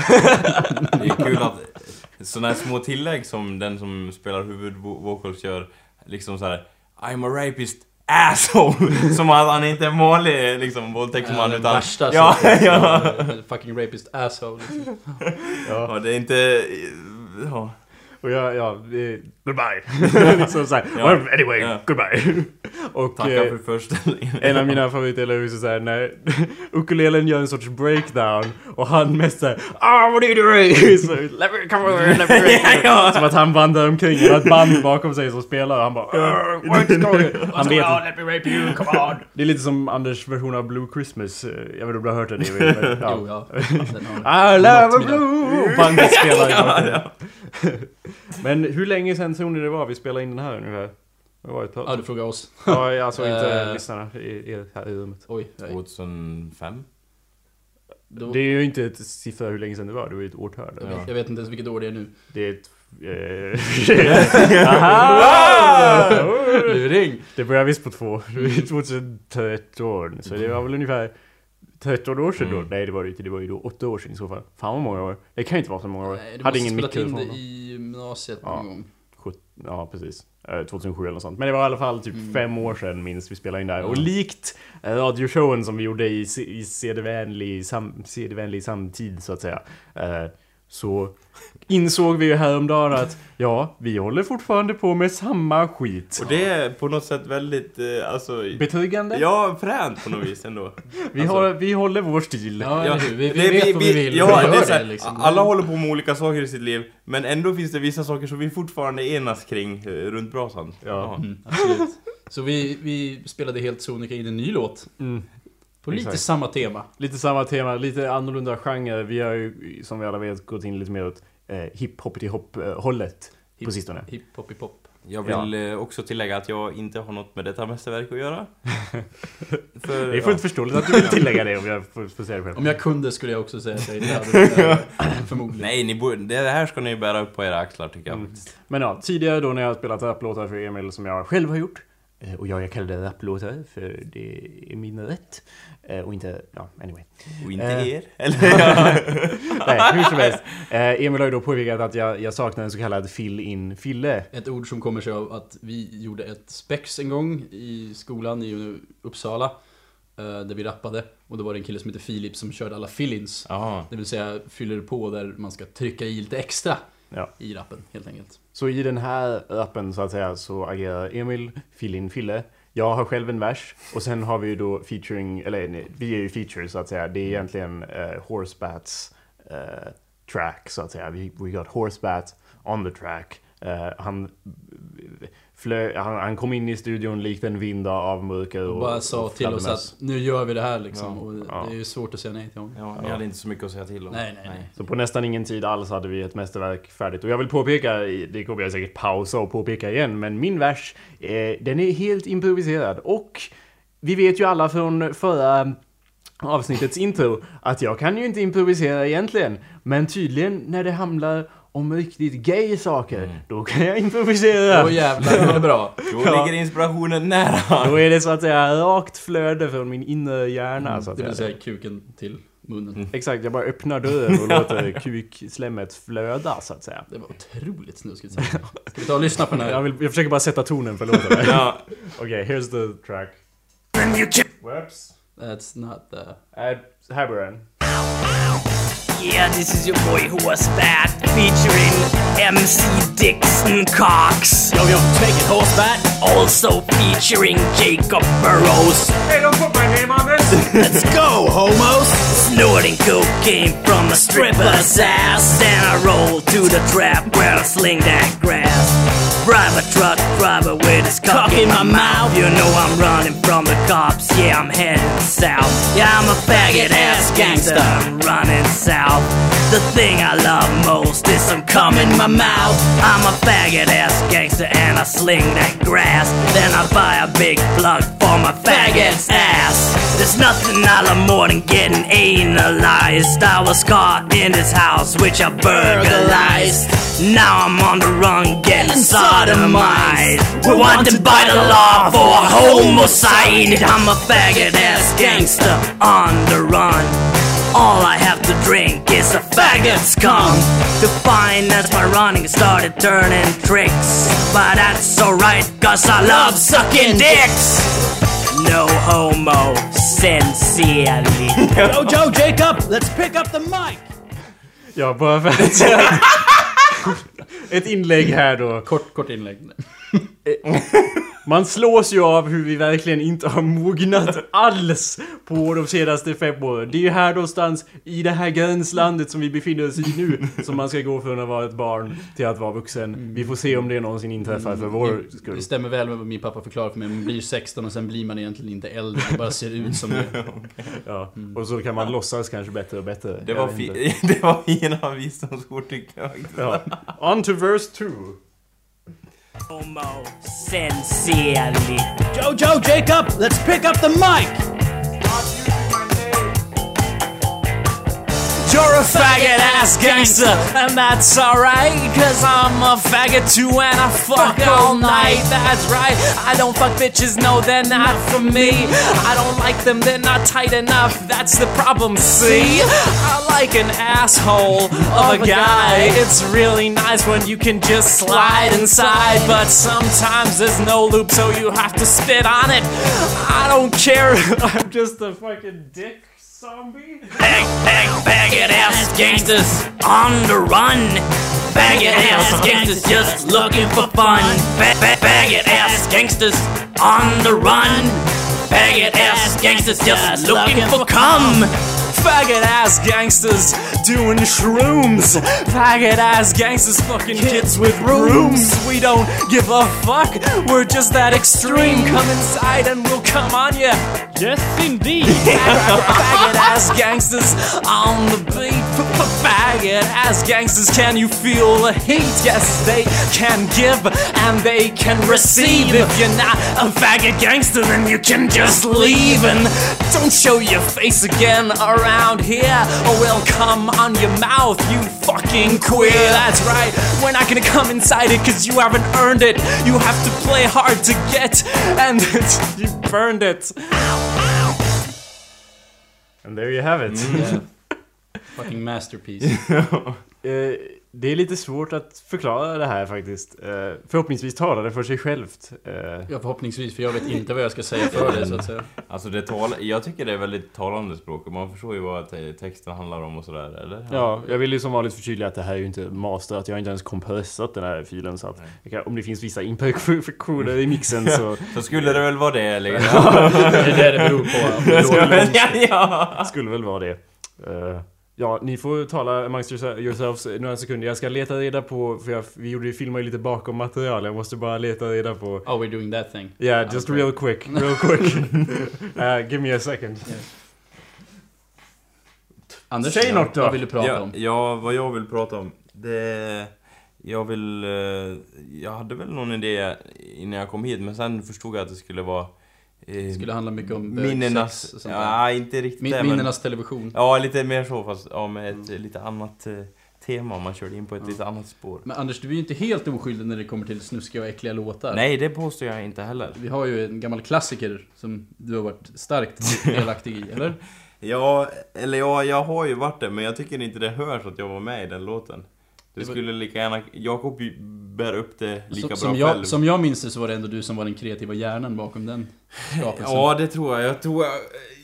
Det är kul att såna här små tillägg som den som spelar huvudvocals gör, liksom så här: I'm a rapist asshole. Som att han inte är en vanlig liksom våldtäktsman, Ja, utan värsta ja, så, ja. fucking rapist asshole liksom. Ja. Ja, det är inte ja. Och jag, ja, det, goodbye. Liksom så här, Ja. well, anyway, Ja. goodbye. Och Tackar eh, för föreställningen. en av mina favoriter är så här när ukulelen gör en sorts breakdown och han mest såhär, ah, what are you doing? Så, let me come over, let me rape you. Som att han vandrar omkring och har ett band bakom sig som spelar och han bara, "Arr, what's going on?" Han vet inte. Let me rape you, come on. Det är lite som Anders version av Blue Christmas. Jag vet inte om du har hört det. Men, ja. Jo, ja. Den har- I love a Något med blue. Bandet spelar ja, men hur länge sedan tror ni det var vi spelade in den här ungefär? Det var ett tag. Ja, du frågar oss. Ja, alltså inte Eh. lyssnarna i, i, här i rummet. Oj, nej. tjugohundrafem. Då, Det är ju inte ett siffra hur länge sedan det var, det var ju ett årtal. jag, vet, jag vet inte ens vilket år det är nu. Det är ett... Eh, aha! Luring. Det börjar visst på två. Det är tjugohundratretton. Så det var väl ungefär tretton år sedan då. Mm. Nej, det var det inte. Det var ju då åtta år sedan i så fall. Fan vad många år. Det kan ju inte vara så många år. Nej, du Hade måste ingen spelat in det mikrofon. i gymnasiet Ja. någon gång. Ja, precis. tjugohundrasju eller något sånt. Men det var i alla fall typ mm. fem år sedan minst vi spelade in där. Mm. Och likt radioshowen som vi gjorde i, i sedvänlig, sam, sedvänlig samtid så att säga. Eh, så insåg vi ju häromdagen att ja, vi håller fortfarande på med samma skit. Och det är på något sätt väldigt eh, alltså, betryggande. Ja, fränt på något vis ändå. vi, alltså. har, vi håller vår stil. Ja, ja, vi, vi, vi det, vet vi, vad vi vill. Ja, vi det är så här, det, liksom. Alla håller på med olika saker i sitt liv, men ändå finns det vissa saker som vi fortfarande enas kring eh, runt brasan. Ja, mm, absolut. Så vi, vi spelade helt sonika in en ny låt. Mm. På lite Exakt. samma tema. Lite samma tema, lite annorlunda genre. Vi har ju, som vi alla vet, gått in lite mer åt eh, hip-hop-hip-hop-hållet hip, på sistone. Hip-hop-hip-hop. Jag vill ja. eh, också tillägga att jag inte har något med detta mästerverk att göra. För, det är fullt ja. förståeligt att du vill tillägga det om jag får, får säga det själv. Om jag kunde skulle jag också säga att jag inte hade förmodligen. Nej, ni bo- det här ska ni bära upp på era axlar tycker jag. Mm. Men ja, tidigare då när jag har spelat rapplåtar för Emil som jag själv har gjort. Och jag, jag kallar det rapplåtar för det är min rätt. Och inte, ja, anyway. Och inte eh. er? Eller? Nej, hur som helst. Eh, Emil har ju då påpekat att jag, jag saknar en så kallad fill-in-fille. Ett ord som kommer sig av att vi gjorde ett spex en gång i skolan i Uppsala. Eh, där vi rappade. Och då var det en kille som heter Filip som körde alla fill-ins. Aha. Det vill säga fyller på där man ska trycka i lite extra. Ja. I rappen, helt enkelt. Så i den här rappen så att säga så agerar Emil, fill-in, fille. Jag har själv en vers. Och sen har vi ju då featuring, eller nej, vi är ju features så att säga. Det är egentligen uh, Horsebats uh, track så att säga. We, we got Horsebat on the track. Uh, han, flö, han, han kom in i studion likt en vinda av mörker och, och bara sa och till oss att nu gör vi det här liksom. Ja. Och ja. det är ju svårt att säga nej till honom. Ja, ni hade inte så mycket att säga till om. Nej, nej, nej. Så på nästan ingen tid alls hade vi ett mästerverk färdigt. Och jag vill påpeka, det kommer jag säkert pausa och påpeka igen, men min vers, eh, den är helt improviserad. Och vi vet ju alla från förra avsnittets intro att jag kan ju inte improvisera egentligen. Men tydligen när det handlar om riktigt gay saker, mm. då kan jag improvisera. Åh jävlar, det är bra. Då ja. ligger inspirationen nära. Då är det så att säga rakt flöde från min inre hjärna. Mm, så att det vill säga kuken till munnen. Mm. Exakt, jag bara öppnar dörren och låter kukslemmet flöda så att säga. Det var otroligt snuskigt. Ska vi ta och lyssna på den här? Jag, vill, jag försöker bara sätta tonen för låten. Ja. Okej, okay, here's the track. Whoops. That's not the... Uh, här börjar den. Yeah, this is your boy Horsebat featuring M C Dixon Cox. Yo, yo, take it, Horsebat. Also featuring Jacob Burrows. Hey, don't put my name on this. Let's go, homos. Snorting cocaine from a stripper's ass. Then I roll to the trap where I sling that grass. Private truck driver with his cock in my mouth. You know I'm running from the cops, yeah, I'm heading south. Yeah, I'm a faggot ass gangster, I'm running south. The thing I love most is some cum in my mouth. I'm a faggot ass gangster and I sling that grass. Then I buy a big plug for my faggot's ass. There's nothing I love more than getting analyzed. I was caught in this house which I burglarized. Now I'm on the run getting sodomized. We're wanted by the law for a homicide. I'm a faggot ass gangster on the run. All I have to drink is a faggot's cum. To finance my running started turning tricks. But that's alright cause I love sucking dicks. No homo, sincerely. Yo, Joe, Jacob, let's pick up the mic. Ja, bara för att säga ett inlägg här då. Kort, kort inlägg. Man slås ju av hur vi verkligen inte har mognat alls på de senaste fem åren. Det är ju här någonstans i det här gränslandet som vi befinner oss i nu som man ska gå från att vara ett barn till att vara vuxen. Mm. Vi får se om det någonsin inträffar för vår skull. Det stämmer väl med vad min pappa förklarar för mig. Man blir sexton och sen blir man egentligen inte äldre. Det bara ser ut som det. Ja, och så kan man låtsas kanske bättre och bättre. Det var, fi- det var fina visdomsord tycker jag. Ja. On to verse two. Homo, sincerely. Jojo, Jacob, let's pick up the mic. You're a faggot ass gangster, and that's alright, cause I'm a faggot too and I fuck all night. That's right, I don't fuck bitches, no they're not for me. I don't like them, they're not tight enough, that's the problem, see? I like an asshole of a guy. It's really nice when you can just slide inside, but sometimes there's no loop, so you have to spit on it. I don't care. I'm just a fucking dick zombie. Bag, bag, faggot ass gangsters on the run. Faggot ass gangsters just looking for fun. Ba- ba- faggot ass gangsters on the run. Faggot ass gangsters just looking for cum. Faggot ass gangsters doing shrooms. Faggot ass gangsters fucking kids with brooms. We don't give a fuck, we're just that extreme. Come inside and we'll come on ya. Yes, indeed. Faggot ass gangsters on the beat. Faggot ass gangsters, can you feel the heat? Yes, they can give and they can receive. If you're not a faggot gangster, then you can just leave. And don't show your face again around here, or we'll come on your mouth, you fucking queer. That's right, we're not gonna come inside it cause you haven't earned it. You have to play hard to get, and You burned it. And there you have it. Yeah. Fucking masterpiece. Eh, det är lite svårt att förklara det här faktiskt. Eh, förhoppningsvis talar det för sig självt. Eh, Ja, förhoppningsvis, för jag vet inte vad jag ska säga för det, så att säga. Alltså det tal, jag tycker det är väldigt talande språk och man förstår ju vad te- texten handlar om och sådär, eller? Ja, jag vill ju som vanligt förtydliga att det här är ju inte master, att jag inte ens kompressat den här filen, så att jag kan, om det finns vissa imperfektioner i mixen så... Så skulle det väl vara det, eller? Det är det det beror på. Det skulle väl, ja, ja. skulle väl vara det. Eh, ja, ni får tala amongst yourselves några sekunder. Jag ska leta reda på, för jag, vi gjorde ju filmer lite bakom material. Jag måste bara leta reda på... Oh, we're doing that thing. Yeah, just Okay. real quick, real quick. uh, give me a second. Anders, Säg något då. vad vill du prata Ja, om? ja, vad jag vill prata om, det... Jag vill... eh, Jag hade väl någon idé innan jag kom hit, men sen förstod jag att det skulle vara... eh, Det skulle handla mycket om minnenas... sex och sånt där. Ja, inte riktigt Min, det, men... minnenas television. Ja, lite mer så, fast ja, med ett mm. lite annat eh, tema. Man körde in på ett mm. lite annat spår. Men Anders, du är ju inte helt oskyldig när det kommer till snuskiga och äckliga låtar. Nej, det påstår jag inte heller. Vi har ju en gammal klassiker som du har varit starkt delaktig i, eller? Ja, eller ja, jag har ju varit det, men jag tycker inte det hörs att jag var med i den låten. Det skulle lika gärna... Jakob bär upp det lika Så, bra som, jag, själv. som jag minns det så var det ändå du som var den kreativa hjärnan bakom den skapelsen. Ja, det tror jag. Jag tror jag...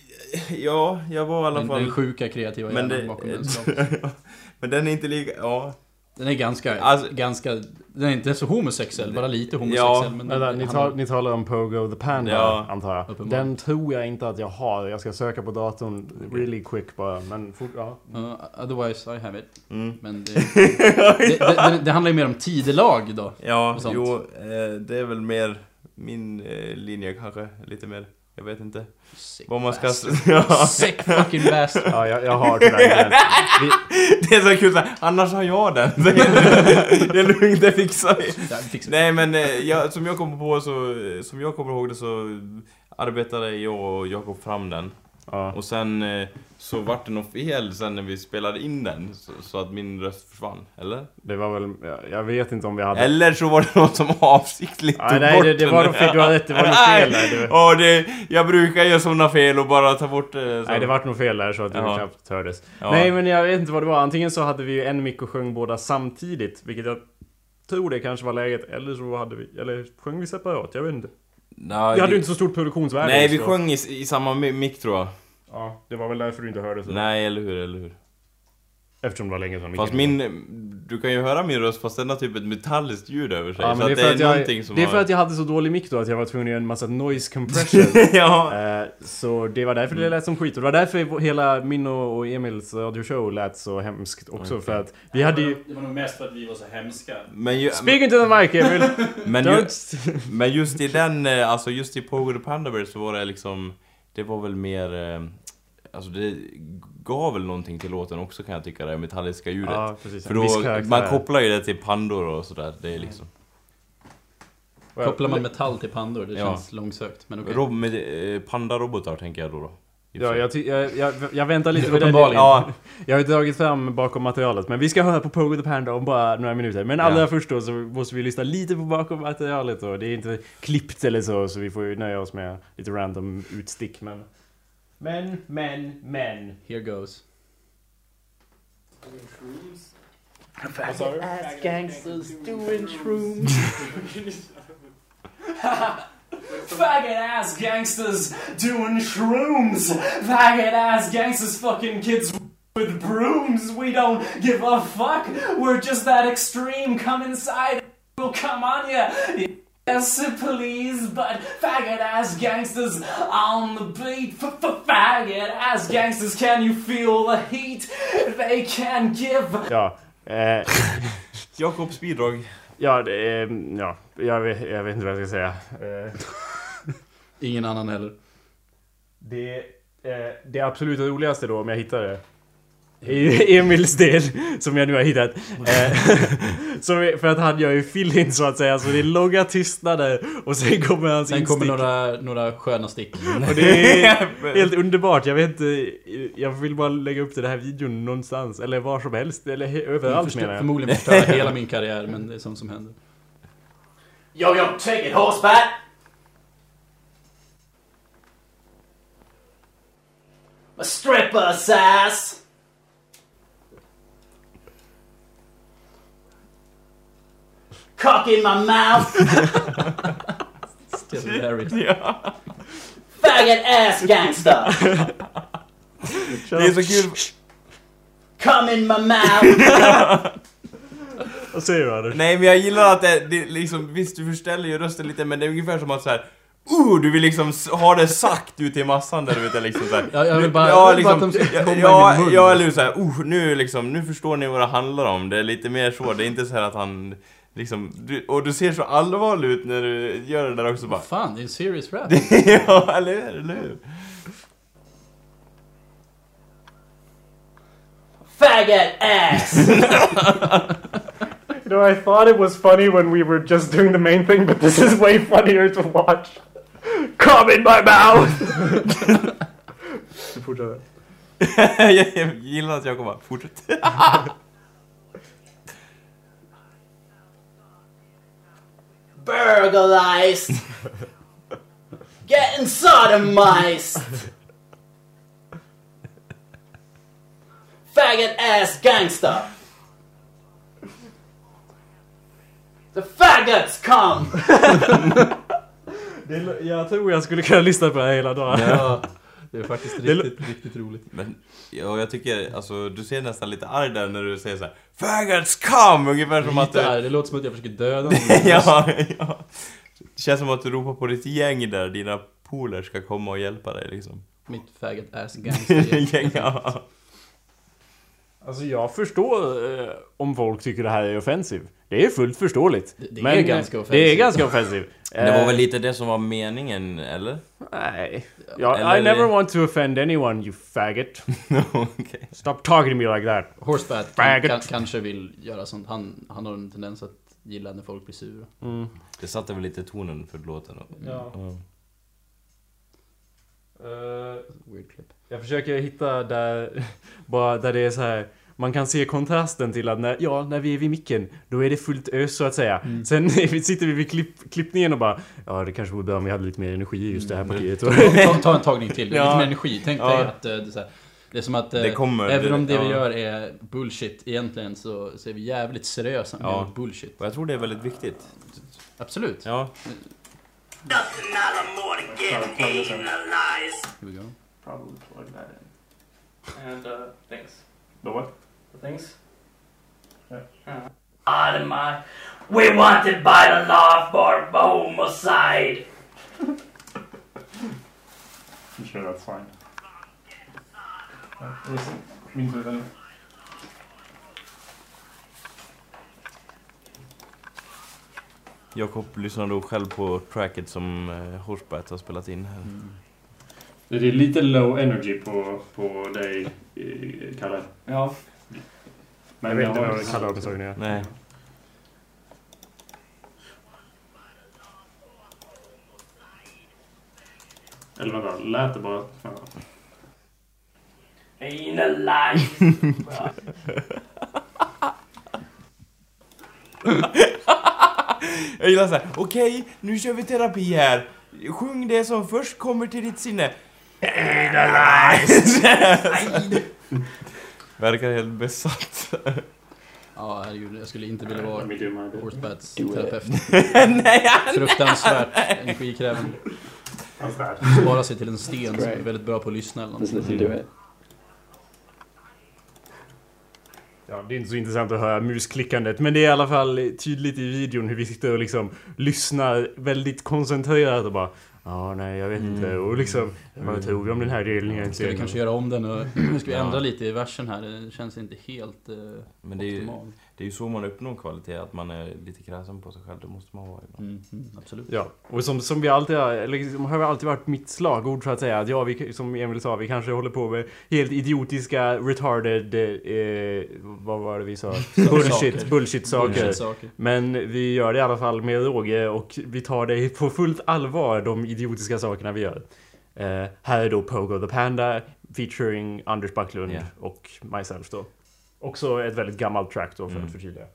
Ja, jag var i alla den, fall... den sjuka kreativa Men hjärnan det- bakom den skapelsen. Men den är inte lika... Ja. Den är ganska, Alltså- ganska... Den är inte så homosexuell, bara lite homosexuell. Ja, men Vänta, ni, han- tal, ni talar om Pogo the Panda, Ja, antar jag. uppenbarligen. Den tror jag inte att jag har. Jag ska söka på datorn really quick bara. Men fort, ja. Uh, otherwise I have it. Mm. Men det, det, det, det, det handlar ju mer om tidelag då. Ja, Och sånt. jo, eh, det är väl mer min eh, linje kanske. Lite mer. Jag vet inte. Sick Vad man ska... bastard. Ja. Sick fucking bastard. Ja, jag, jag har tyvärr inte den. Vi, Det är så kul så här, annars har jag den. Det är, det är lugnt, det fixar vi. Där, fixar. Nej, men eh, jag, som jag kommer på så... Som jag kommer ihåg det så arbetade jag och Jakob fram den. ja. Och sen eh, så vart det något fel sen när vi spelade in den. Så, så att min röst försvann, eller? Det var väl... Jag, jag vet inte om vi hade... Eller så var det något som avsiktligt Nej, tog nej, bort det, det var den. nog fel. Du har rätt, det var nog fel där. Det, Ja, det, jag brukar göra sådana fel och bara ta bort det. Så. nej, det var nog fel där så att det Jaha. knappt hördes. Ja. Nej, men jag vet inte vad det var. Antingen så hade vi ju en mick och sjöng båda samtidigt, vilket jag tror det kanske var läget. Eller så hade vi... Eller sjöng vi separat, jag vet inte. Nej, Vi hade vi, ju inte så stort produktionsvärde. nej, vi så. sjöng i, i samma mi- mick tror jag. Ja, det var väl därför du inte hörde så. Nej, eller hur, eller hur. Eftersom det var länge sedan. Fast min... Du kan ju höra min röst fast den har typ ett metalliskt ljud över sig. Ja, så men det är, att för att jag, någonting som det är har... för att jag hade så dålig mick då att jag var tvungen att göra en massa noise compression. Ja. Eh, så det var därför det lät som skit. Och det var därför hela min och och Emils radioshow lät så hemskt också. Okej. För att vi hade ju... Det var nog mest för att vi var så hemska. Men, ju, Speak into the mic, Emil! men, ju, Don't... men just i den, eh, alltså just i Pogo the Panda Bear så var det liksom... Det var väl mer... eh, Alltså det gav väl någonting till låten också kan jag tycka, det metalliska ljudet. Ja, precis. För En viss då, karaktär. man kopplar ju det till pandor och sådär. Det är liksom... Kopplar man metall till pandor, det Ja. känns långsökt. Men okej. Rob, med, eh, pandarobotar tänker jag då då. Ja, jag, ty- jag, jag, jag väntar lite med det. Uppenbarligen. Ja, jag har ju tagit fram bakom materialet. Men vi ska höra på Pogo the Panda om bara några minuter. Men allra Ja. först då så måste vi lyssna lite på bakom materialet då. Det är inte klippt eller så, så vi får ju nöja oss med lite random utstick. Men, men, men, men. Here goes. Faggot ass gangsters doing shrooms. Faggot ass gangsters doing shrooms. Faggot ass gangsters fucking kids with brooms. We don't give a fuck. We're just that extreme. Come inside. We'll come on ya. Yes, please. But faggot ass gangsters on the beat. Faggot ass gangsters, can you feel the heat they can give? Ja. Eh, Jakobs bidrag. ja, det är, ja jag, vet, jag vet inte vad jag ska säga. Eh, Ingen annan heller. det, eh, det absolut roligaste då, om jag hittar det, är Emils del, som jag nu har hittat. Eh, som är, för att han gör ju fill-in så att säga, så det är långa tystnader och sen kommer hans Sen kommer instick. några, några sköna stick. Och det är helt underbart. Jag vet inte, jag vill bara lägga upp den här videon någonstans, eller var som helst, eller he- överallt Förstör, menar jag. förmodligen förstöra hela min karriär, men det är sånt som händer. Yo, yo, take it, horsebat. A stripper's ass. Cock in my mouth. Still hilarious. Ja. Faggot ass gangster. Det är så kul. Come in my mouth. Vad säger du, Anders? Nej, men jag gillar att det, det liksom, visst du förställer ju rösten lite, men det är ungefär som att så här. Uh, du vill liksom s- ha det sagt ut i massan där, du vet, liksom så här. Ja, jag vill Nu- bara- ja, jag vill bara liksom, att de ska ja, komma i ja, min mun. ja, eller så här, uh, nu liksom, nu förstår ni vad det handlar om. Det är lite mer så, det är inte så här att han liksom, du, och du ser så allvarlig ut när du gör det där också bara. Fan, det är en serious rap. Ja, eller hur, eller hur? Faggot ass. You know, I thought it was funny when we were just doing the main thing, but this is way funnier to watch. Come in my mouth! Fortsätter. Jag gillar att jag kommer fortsätt. Burglarized. Getting sodomized. Faggot ass gangster. The faggots come. Det är, jag tror jag skulle kunna lyssna på det här hela dagen. Ja, det är faktiskt Det riktigt, riktigt roligt. Men ja, jag tycker, alltså, du ser nästan lite arg där när du säger så här: faggots come! Ungefär som att Lite du... här, det låter som att jag försöker döda någon. ja, ja. Det känns som att du ropar på ditt gäng där, dina poler ska komma och hjälpa dig liksom. Mitt faggot ass gangster. Gäng, ja. Alltså jag förstår eh, om folk tycker det här är offensiv. Det är fullt förståeligt. Det- det är Men, eh, ganska offensiv. Det är ganska offensiv. Det var väl lite det som var meningen, eller? Nej. Ja, Eller- I never want to offend anyone, you faggot. Okej. Stop talking to me like that. Horsebat kan, Faggot. kan, kanske vill göra sånt. Han, han har en tendens att gilla när folk blir sura. Mm. Det satte väl lite tonen för låten. Ja. Ja. Eh, Weird clip. jag försöker hitta där, bara där det är så här. Man kan se kontrasten till att när, ja, när vi är vid micken, då är det fullt ös så att säga. Mm. Sen sitter vi vid klipp, klippningen och bara, ja det kanske vore bra om vi hade lite mer energi i just det här Mm. partiet. Ta, ta en tagning till, det är Ja. lite mer energi. Tänk Ja. dig att eh, det är, så här, det är som att eh, Det kommer- även det- om det vi ja. gör är bullshit egentligen, så, så är vi jävligt seriösa med Ja. bullshit. Och jag tror det är väldigt viktigt. Absolut. Ja. Nothing all more to get analyzed. Here we go. Probably plug that in. And, uh, things. The what? The things? Out of my. We wanted by the law for homicide. I'm sure that's fine. Uh, listen, means we're done. Jakob lyssnar då själv på tracket som eh, Horsebat har spelat in här. Det är lite low energy på, på dig, eh, Kalle. Ja. Men Jag vet inte har vad det kallar omsagningar. Nej. Eller vänta, lät det bara... Fan. Ain't alive. Jag gillar såhär, okej, nu kör vi terapi här. Sjung det som först kommer till ditt sinne. Ain't alive. Verkar helt besatt. Ja, herregud, jag skulle inte vilja vara Horstbats terapeut. Nej, fruktansvärt energikrävande. Spara sig till en sten som är väldigt bra på att lyssna eller något. Ja, det är inte så intressant att höra musklickandet, men det är i alla fall tydligt i videon hur vi sitter och liksom lyssnar väldigt koncentrerat och bara ja, nej, jag vet mm. inte. Och liksom, vad tror vi om den här delningen? Ska vi kanske göra om den och nu ska vi ändra lite i versen här. Det känns inte helt uh, men det är, ju, det är ju så man uppnår kvalitet, att man är lite kräsen på sig själv. Det måste man vara ibland. Mm, mm, absolut. Ja, och som, som vi alltid har, eller liksom, har alltid varit mitt slagord så att säga. Att ja, vi, som Emil sa, vi kanske håller på med helt idiotiska, retarded, eh, vad var det vi sa? Bullshit, bullshit saker. Bullshit saker. Men vi gör det i alla fall med råge och vi tar det på fullt allvar, de idiotiska sakerna vi gör. Uh, här är då Pogo the Panda featuring Anders Backlund yeah. och myself då. Också ett väldigt gammalt track då för mm. att förtydliga.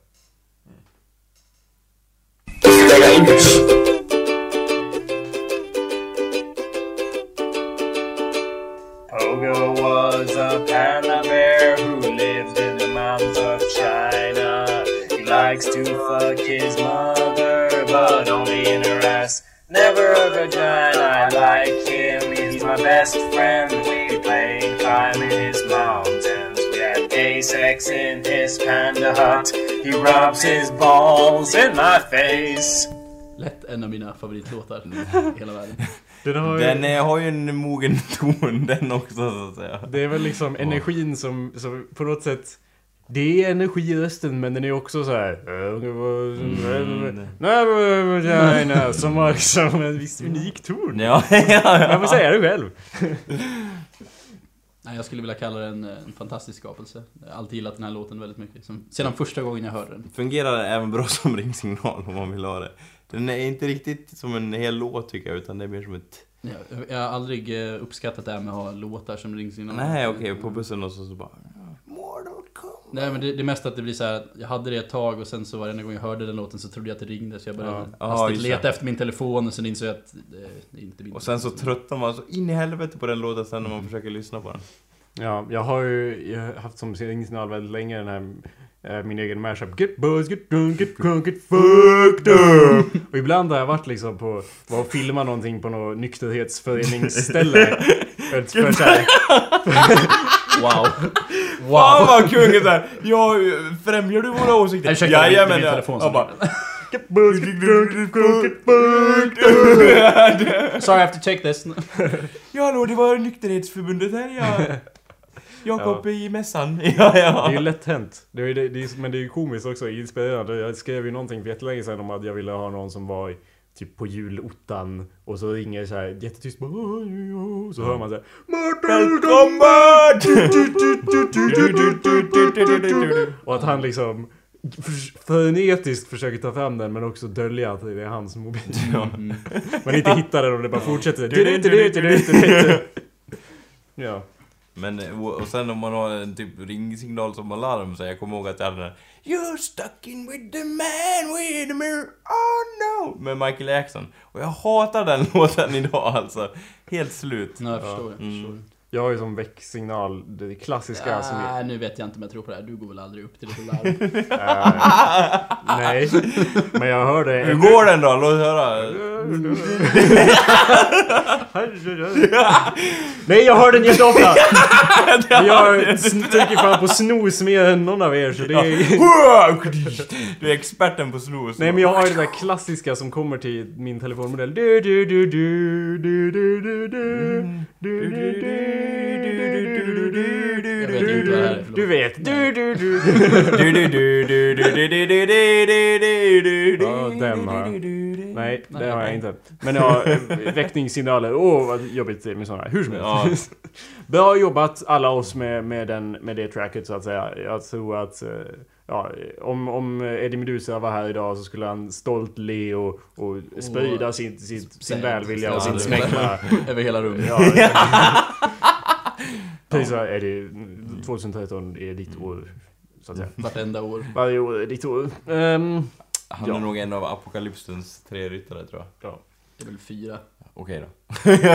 Pogo was a panda bear who lived in the mountains of China. He likes to fuck his mother, but only in her ass. Never a vagina, I like him, he's my best friend. We played climb in his mountains. We had gay sex in his panda hut. He rubs his balls in my face. Lätt en av mina favoritlåtar i hela världen. Den har ju, den är, har ju en mogen ton, den också så att säga. Det är väl liksom energin som, som på något sätt... Det är energi i rösten, men den är också så här mm. nej, som har liksom en viss unik ton. Ja, ja, ja. Jag får säga det själv. Nej, jag skulle vilja kalla den en fantastisk skapelse. Jag har alltid gillat den här låten väldigt mycket. Som, sedan första gången jag hörde den. Fungerar även bra som ringsignal om man vill ha det. Den är inte riktigt som en hel låt tycker jag, utan det är mer som ett... Ja, jag har aldrig uppskattat det här med att ha låtar som ringsignal. Nej, okej, okay, på bussen och så, så bara... Nej, men det, det mest att det blir så här. Jag hade det ett tag och sen så varje gång jag hörde den låten så trodde jag att det ringde. Så jag började ja. hastigt leta efter min telefon och sen insåg jag att det, det inte min. Och sen så tröttar man så in i helvete på den låten sen när man försöker lyssna på den. Ja, jag har ju jag har haft som ringsignal väldigt länge den här äh, min egen mashup. Get buzz, get drunk, get drunk, get fucked up. Och ibland har jag varit liksom på var och filma någonting på något nykterhetsföreningsställe. för, för så här. Wow. Wow. Fan vad kung är där. Jag främjar du våra åsikter? Jag ja, ja, men jag bara sorry, I have to check this. Ja, hallå, det var nykterhetsförbundet här. Ja. Jakob ja. i mässan. Ja, ja. Det är ju lätt hänt. Det är, det, det är, men det är ju komiskt också, inspirerande. Jag skrev ju någonting för jättelänge sedan om att jag ville ha någon som var typ på julottan och så ringer så här jättetyst så hör man så här och att han liksom frenetiskt försöker ta fram den men också dölja att det är hans mobil. Mm. Man inte hittar den och det bara fortsätter. Ja. Men och sen om man har en typ ringsignal som alarm så jag kommer ihåg att jag hade den You're stuck in with the man with the mirror, oh no med Michael Jackson. Och jag hatar den låten idag alltså. Helt slut. Nej, jag förstår, jag mm. förstår. Jag har ju som väcksignal det klassiska ja, som är... nu vet jag inte om jag tror på det här. Du går väl aldrig upp till det så larm. uh, nej, men jag hör det. Hur går den då? Låt höra. Nej, jag hör den jätteofta. Jag trycker fan på snooze mer än någon av er så det är... Du är experten på snooze. Nej, men jag har ju det där klassiska som kommer till min telefonmodell. Du du du du du du du du du du. Du vet. Du du du. Du du du du du du du du. Ja, den har jag. Nej, det har jag inte. Men jag har väckningssignaler. Åh, vad jobbigt med sådana här. Hur som helst. Bra jobbat alla oss med, med, den, med det tracket så att säga. Jag tror att ja, om, om Eddie Meduza var här idag så skulle han stolt le och, och sprida sin, sin, sin välvilja och sin smäckla över hela rummet. Ja. Precis så är det, tjugohundratretton är ditt år, så att säga. Vartenda år. Varje år är ditt år. Um, Han ja. är nog en av apokalypsens tre ryttare, tror jag. Ja. Det är väl fyra. Okej då.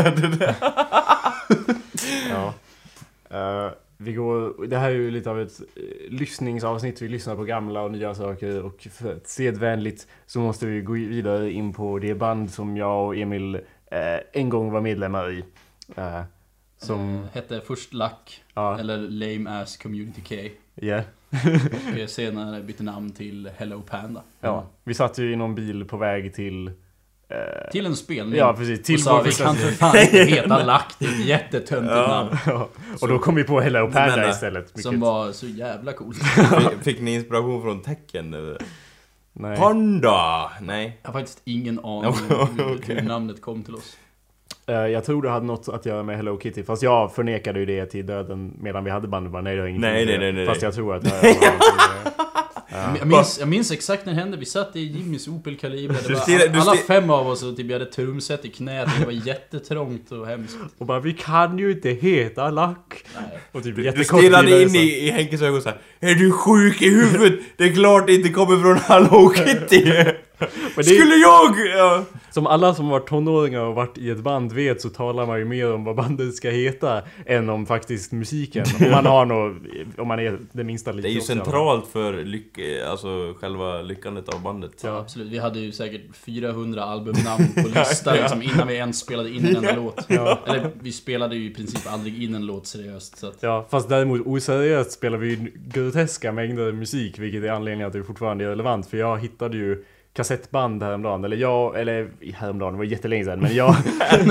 Ja. Uh, vi går, det här är ju lite av ett uh, lyssningsavsnitt. Vi lyssnar på gamla och nya saker. Och för att sedvänligt så måste vi gå vidare in på det band som jag och Emil uh, en gång var medlemmar i. Uh, som Uh, hette först Lack, Ja. eller Lame Ass Community K. Ja. Yeah. Och senare bytte namn till Hello Panda. Ja. Vi satt ju i någon bil på väg till... Uh, Till en spelning. Ja, precis. Till och sa, vår vi första kan för fan inte heta Lack, det är ett jättetöntigt Ja. namn. Ja. Och då kom vi på Hello Panda Men, istället. Som Vilket- var så jävla coolt. Fick, fick ni inspiration från tecken? eller? Nej. Panda! Nej. Jag har faktiskt ingen aning om hur, Okej. hur namnet kom till oss. Uh, jag tror det hade något att göra med Hello Kitty. Fast jag förnekade ju det till döden medan vi hade bandet. Bara, nej, det har ingenting Nej, med nej, det. nej, nej. Fast jag tror att det har Jag minns, jag minns exakt när det hände. Vi satt i Jimmys Opel Kaliber. Det Du var stirrar- du alla stirrar- fem av oss och typ, vi hade trumset i knät. Det var jättetrångt och hemskt. Och bara, vi kan ju inte heta Lack. Nej. Och typ Du jättekort stirrade vidare in så- i, i Henkes ögon så här. Är du sjuk i huvudet? Det är klart det inte kommer från Hello Kitty. Men det är- Skulle jag... Ja. Som alla som varit tonåringar och varit i ett band vet, så talar man ju mer om vad bandet ska heta än om faktiskt musiken. Om man har något, om man är det minsta lite. Det är ju också, i alla fall. centralt för lyck, alltså själva lyckandet av bandet. Ja, absolut. Vi hade ju säkert fyrahundra albumnamn på listan liksom, innan vi ens spelade in en enda låt. Ja. Eller vi spelade ju i princip aldrig in en låt seriöst. Så att, Ja, fast däremot oseriöst spelar vi ju groteska mängder musik, vilket är anledningen att det fortfarande är relevant. För jag hittade ju kassettband häromdagen, eller jag, eller häromdagen, det var jättelänge sedan, men jag...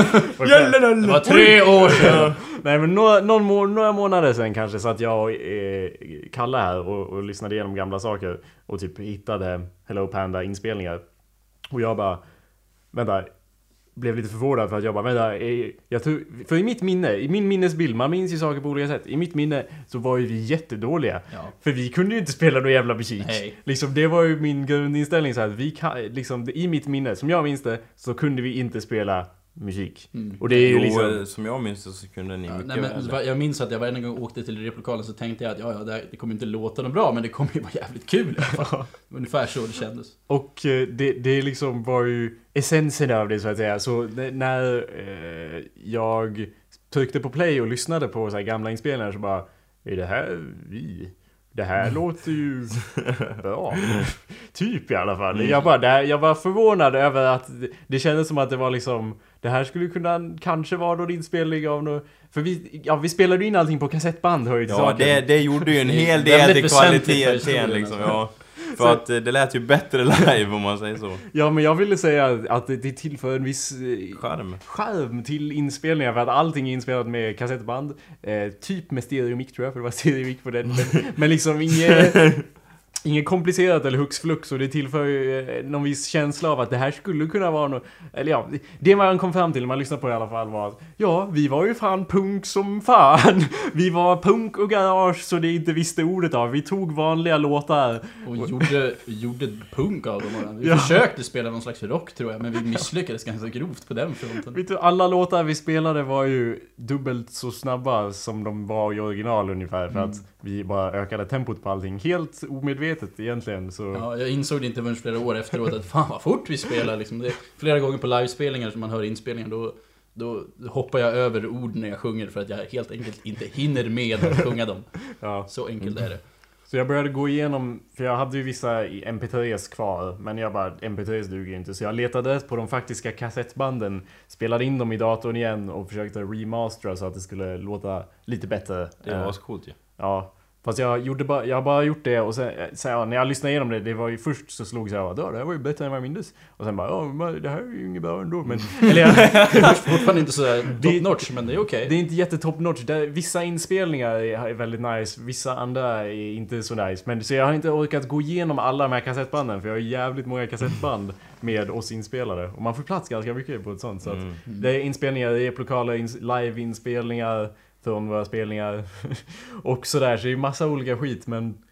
det var tre år sedan! Nej, men några, någon må, några månader sedan kanske, så att jag eh, Kalle här och, och lyssnade igenom gamla saker och typ hittade Hello Panda inspelningar. Och jag bara, vänta, blev lite förvånad för att jag bara, vänta, eh, jag tror, för i mitt minne, i min minnesbild, man minns ju saker på olika sätt. I mitt minne så var ju vi jättedåliga. Ja. För vi kunde ju inte spela någon jävla musik. Nej. Liksom, det var ju min grundinställning så här, att vi kan, liksom, i mitt minne, som jag minns det, så kunde vi inte spela musik. Mm. Och det är ju Jo, liksom... som jag minns det så kunde ni Ja, mycket nej, väl. men, jag minns att jag varje gång jag åkte till replokalen så tänkte jag att ja, ja, det, här, det kommer inte låta något bra, men det kommer ju vara jävligt kul i alla fall. Ungefär så det kändes. Och eh, det, det liksom var ju essensen av det, så att säga. Så n- när eh, jag tryckte på play och lyssnade på så här gamla inspelningar, så bara, är det här vi? Det här låter ju bra. Typ i alla fall. Jag, bara, det här, jag var förvånad över att det, det kändes som att det var liksom, det här skulle kunna kanske vara någon inspelning av något. För vi, ja, vi spelade in allting på kassettband, hör ju till Ja, saken. det, det gjorde ju en Det är hel del väldigt till väsentligt för kvaliteten historien, liksom, alltså. ja. För att eh, det lät ju bättre live om man säger så. Ja, men jag ville säga att det, det tillför en viss eh, Charm. charm till inspelningar, för att allting är inspelat med kassettband. Eh, typ med stereomic, tror jag, för det var stereomic på den. Men, men liksom inget, inget komplicerat eller hux flux, och det tillför ju eh, någon viss känsla av att det här skulle kunna vara något. Eller ja, det man kom fram till när man lyssnade på det i alla fall var att ja, vi var ju fan punk som fan. Vi var punk och garage så det inte visste ordet av. Vi tog vanliga låtar. Och gjorde, gjorde punk av dem. Vi Ja. försökte spela någon slags rock, tror jag, men vi misslyckades ganska grovt på den fronten. Vet du, alla låtar vi spelade var ju dubbelt så snabba som de var i original ungefär, för Mm. att vi bara ökade tempot på allting. Helt omedvetet egentligen, så... Ja, jag insåg det inte förrän flera år efteråt att fan vad fort vi spelar liksom. Det är flera gånger på livespelningar som man hör inspelningar, då, då hoppar jag över ord när jag sjunger för att jag helt enkelt inte hinner med att sjunga dem. Ja. Så enkelt är det. Så jag började gå igenom, för jag hade ju vissa i M P tres kvar, men jag bara, M P tres duger inte. Så jag letade på de faktiska kassettbanden, spelade in dem i datorn igen och försökte remastera så att det skulle låta lite bättre. Det var ascoolt ju. Ja, fast jag gjorde bara, jag har bara gjort det och sen, så ja, när jag lyssnade igenom det, det var ju först så slog jag att det här var ju bättre än vad jag mindes. Och sen bara, ja, men det här är ju inget bra ändå, men... Eller jag, Fortfarande inte så top notch, men det är okej. det är inte jättetop notch. Det, vissa inspelningar är, är väldigt nice, vissa andra är inte så nice. Men så jag har inte orkat gå igenom alla de här kassettbanden, för jag har jävligt många kassettband med oss inspelare. Och man får plats ganska mycket på ett sånt. Så att Mm. det är inspelningar, det är lokala ins- live-inspelningar från våra spelningar och sådär. Så det är ju massa olika skit, men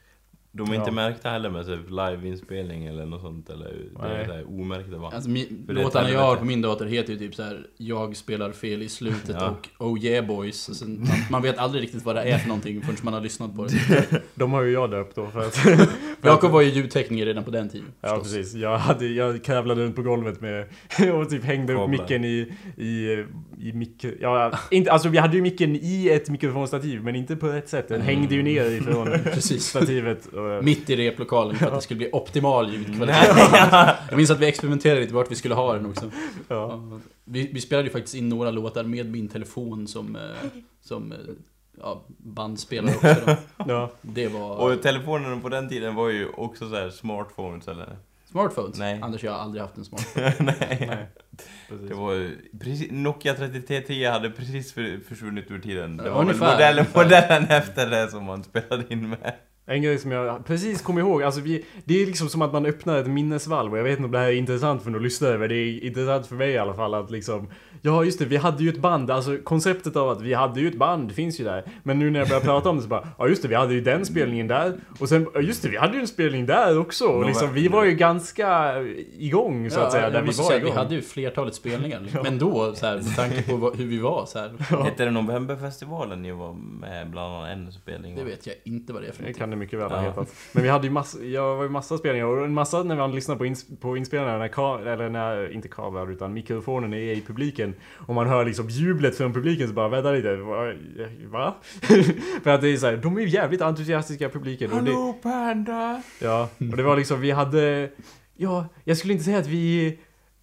De är inte Ja. märkta heller med så live-inspelning eller något sånt, eller det är Nej. så här omärkta va? Alltså, mi- För det är låtarna ett jag har helvete. på min dator heter ju typ så här: jag spelar fel i slutet Ja. och Oh yeah boys. Och sen, man, man vet aldrig riktigt vad det är för någonting förrän man har lyssnat på det. De har ju jag döpt då för att... Jakob var ju ljudtekniker redan på den tiden. Ja, förstås. precis. Jag, hade, jag krävlade runt på golvet med och typ hängde upp Kablar. micken i, i, i mick... Ja, inte, alltså vi hade ju micken i ett mikrofonstativ, men inte på rätt sätt. Den hängde ju ner ifrån Precis. stativet. Och, Mitt i replokalen för att det skulle bli optimal ljudkvalitet. Jag minns att vi experimenterade lite vart vi skulle ha den också. ja. Vi, vi spelade ju faktiskt in några låtar med min telefon som, eh, som eh, ja, bandspelare också då. Ja. Det var... Och telefonerna på den tiden var ju också så här smartphones eller? Smartphones? Nej. Anders, jag har aldrig haft en smartphone. Nej. Nej. Precis. Det var ju precis, Nokia trettio T tio hade precis för, försvunnit ur tiden. Det Ja, var väl ungefär. modellen, modellen efter det som man spelade in med. En grej som jag precis kom ihåg, alltså vi, det är liksom som att man öppnar ett minnesvalv och jag vet inte om det här är intressant för någon lyssnare, men det är intressant för mig i alla fall att liksom, ja just det, vi hade ju ett band, alltså konceptet av att vi hade ju ett band finns ju där, men nu när jag börjar prata om det så bara, ja just det, vi hade ju den spelningen där och sen, ja just det, vi hade ju en spelning där också och liksom, vi var ju ganska igång så att säga, där jag vi måste var säga, igång. vi hade ju flertalet spelningar. Men då, så här, med tanke på vad, hur vi var så här, Hette det Novemberfestivalen ni var med bland annat en spelning? det vet jag inte vad det är för Det någonting. kan det mycket väl ha Ja. hetat. Men vi hade ju massa, jag var ju massa spelningar och en massa när man lyssnar på, ins, på inspelningarna när ka, eller när, inte kablar utan mikrofonen är i publiken och man hör liksom jublet från publiken så bara vänta lite, va? va? För att det är så här, de är ju jävligt entusiastiska publiken och det, Hallå Panda! ja, och det var liksom, vi hade, ja, jag skulle inte säga att vi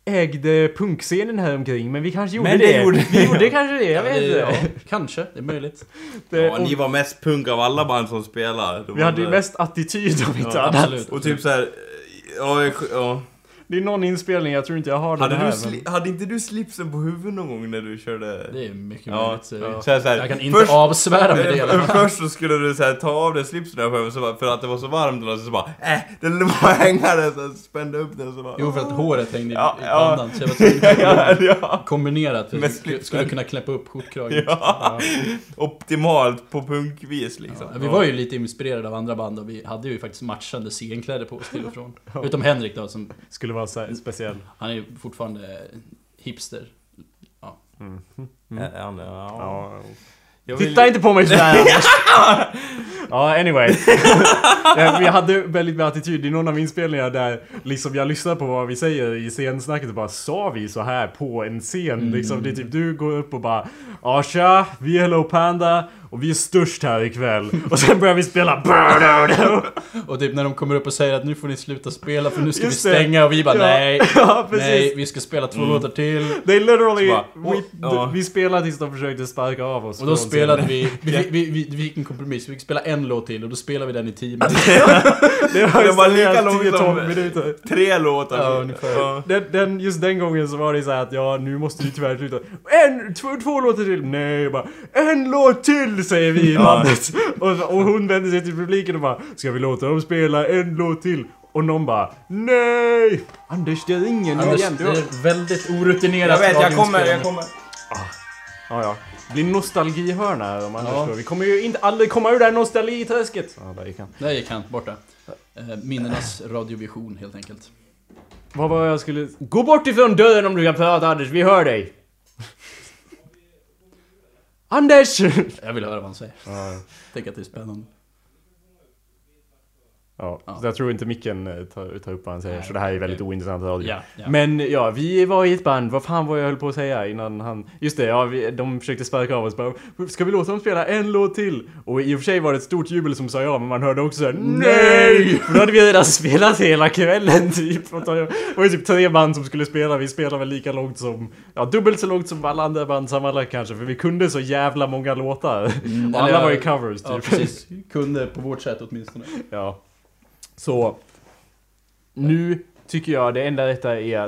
ägde punkscenen här omkring, men vi kanske gjorde Men det. det gjorde vi gjorde kanske det, jag Ja, vet det, inte. ja, kanske, det är möjligt. Det, Ja, och ni var mest punk av alla band som spelade. De vi var hade ju där. mest attityd om inte Ja, annat. absolut. Och typ så här. Ja, jag- ja. Det är någon inspelning, jag tror inte jag har den Hade, här. du sli- hade inte du slipsen på huvudet någon gång när du körde? Det är mycket Ja, möjligt. Så ja. Så här, så här, jag kan inte först- avsvära mig det i alla fall. Först så skulle du så här, ta av dig slipsen där för, så bara, för att det var så varmt och så bara äh, den bara hänga där så här, spände upp den så bara. Jo, för att håret hängde i Ja, i ja. pannan. Så jag var tvungen att ja, ja. kombinerat för Med att jag slipsen. skulle kunna knäppa upp skjortkragen. Ja. Optimalt på punkvis liksom. Ja, vi var ju lite inspirerade av andra band och vi hade ju faktiskt matchande scenkläder på oss till och från. Utom Henrik då, som Skulle vara så här speciell. han är ju fortfarande hipster. Mm. Ja, ja, ja. Ja. Jag vill- Titta inte på mig sådär! Ja, anyway. Ja, vi hade väldigt med attityd i någon av inspelningar där liksom jag lyssnar på vad vi säger i scensnacket och bara, sa vi så här på en scen? Mm. Liksom, det är typ du går upp och bara, ja tja, vi är Hello Panda och vi är störst här ikväll. Och sen börjar vi spela. Och typ när de kommer upp och säger att nu får ni sluta spela för nu ska Just vi det. stänga och vi bara Ja. nej, Ja, precis. nej, vi ska spela två låtar till. They literally, Så bara, we, oh, ja. vi spelade tills de försökte sparka av oss. Och då från spelade scenen. vi, vi, vi, vi, vi fick en kompromiss, vi fick spela en låt till och då spelade vi den i tio minuter. Det var, Det var lika tio långt till tolv som- minuter. Tre låtar. Ja, ungefär. Ja. Den, den, just den gången så var det så här att ja, nu måste vi tyvärr sluta. En, två, två låtar till. Nej, bara en låt till säger vi i bandet. Och, och hon vände sig till publiken och bara, ska vi låta dem spela en låt till? Och någon bara, nej! Anders, det är ingen Anders, igen. det är väldigt orutinerat. Jag vet, jag kommer, radioinspelande. jag kommer. Ja, ja. Det blir nostalgihörna här om Anders Ja. får. Vi kommer ju inte aldrig komma ur det här nostalgiträsket. Ja, där gick han. Där gick han, borta. Eh, minnenas radiovision helt enkelt. Vad var jag skulle... Gå bort ifrån dörren om du kan prata, Anders. Vi hör dig. Anders! Jag vill höra vad han säger. Ja. Tänk att det är spännande. Ja, Ja. så jag tror inte micken eh, tar, tar upp vad han säger. Nej, så det här är väldigt okej. ointressant radio. Ja, ja. Men ja, vi var i ett band. Vad fan var jag höll på att säga innan han... Just det, ja, vi, de försökte sparka av oss. Bara, ska vi låta dem spela en låt till? Och i och för sig var det ett stort jubel som sa ja, men man hörde också såhär, nej! För då hade vi redan spelat hela kvällen typ. Och det var ju typ tre band som skulle spela. Vi spelade väl lika långt som... Ja, dubbelt så långt som alla andra band sammanlagt kanske. För vi kunde så jävla många låtar. Mm, Och alla eller- var ju covers typ. Ja, precis. Kunde på vårt sätt åtminstone. Ja. Så nu tycker jag det enda rätta är att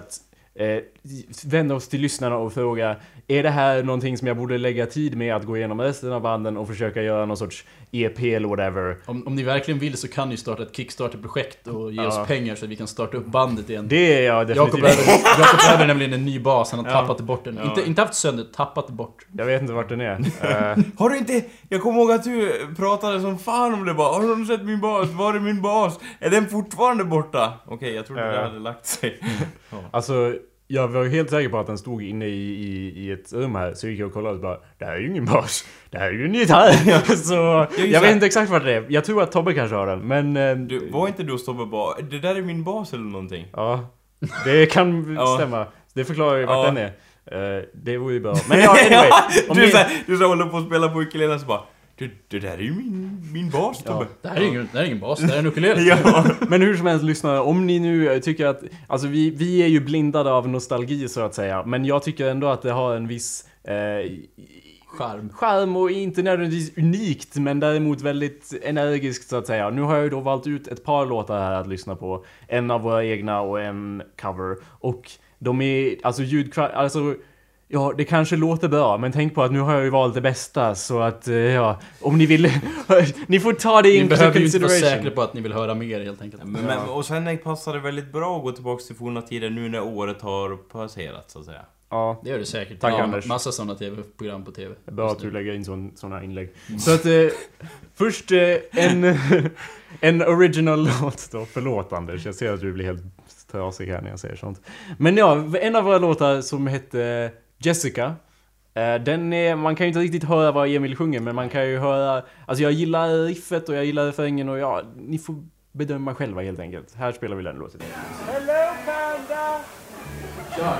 eh, vända oss till lyssnarna och fråga, är det här någonting som jag borde lägga tid med att gå igenom resten av banden och försöka göra någon sorts E P eller whatever? Om, om ni verkligen vill så kan ni starta ett Kickstarter-projekt och ge Ja. oss pengar så att vi kan starta upp bandet igen. Det är jag Jakob definitivt. behöver, Jakob behöver nämligen en ny bas, han har Ja. tappat det bort den. Ja. Inte, inte haft sönder, tappat det bort. Jag vet inte vart den är. Eh, Har du inte... Jag kommer ihåg att du pratade som fan om det bara. Har du sett min bas? Var är min bas? Är den fortfarande borta? Okej, jag trodde Ja. det hade lagt sig. Ja. Alltså, jag var ju helt säker på att den stod inne i, i, i ett rum här. Så gick jag och kollade och bara, det här är ju ingen bas. Det här är ju en gitarr. Så jag vet inte exakt vart det är. Jag tror att Tobbe kanske har den, men... eh, Du, var inte du och Stobbe bara, det där är min bas eller någonting? Ja, det kan Ja. stämma. Det förklarar ju vart Ja. den är. Eh, det vore ju bra. Men ja, anyway. Om du, ni... så här, du så här håller på att spela på ukulele så bara, det, det där är ju min, min bas, Tobbe. Det här är ingen, det här är ingen bas, det här är en ukulele. Ja. Men hur som helst, lyssnare, om ni nu tycker att... Alltså vi, vi är ju blindade av nostalgi så att säga. Men jag tycker ändå att det har en viss... Eh, Charm. Charm och inte nödvändigtvis unikt, men däremot väldigt energiskt så att säga. Nu har jag ju då valt ut ett par låtar här att lyssna på. En av våra egna och en cover. Och de är, alltså ljudkvalitet, alltså... Ja, det kanske låter bra, men tänk på att nu har jag ju valt det bästa, så att, eh, ja, om ni vill... ni får ta det Ni in behöver ju inte vara consideration. säkra på att ni vill höra mer helt enkelt. Men, men, och sen passar det väldigt bra att gå tillbaka till forna tider nu när året har passerat, så att säga. Ja, Det gör det säkert. Tack, ja, Anders. Massa sådana tv-program på tv. det är bra att du lägger in sån, såna inlägg. Så att, eh, först eh, en, en original låt då. Förlåt Anders, jag ser att du blir helt trasig här när jag säger sånt. Men ja, en av våra låtar som hette Jessica. Eh, den är, man kan ju inte riktigt höra vad Emil sjunger, men man kan ju höra... Alltså jag gillar riffet och jag gillar refrängen och ja, ni får bedöma själva helt enkelt. Här spelar vi den låten. Hello, Panda! Kör!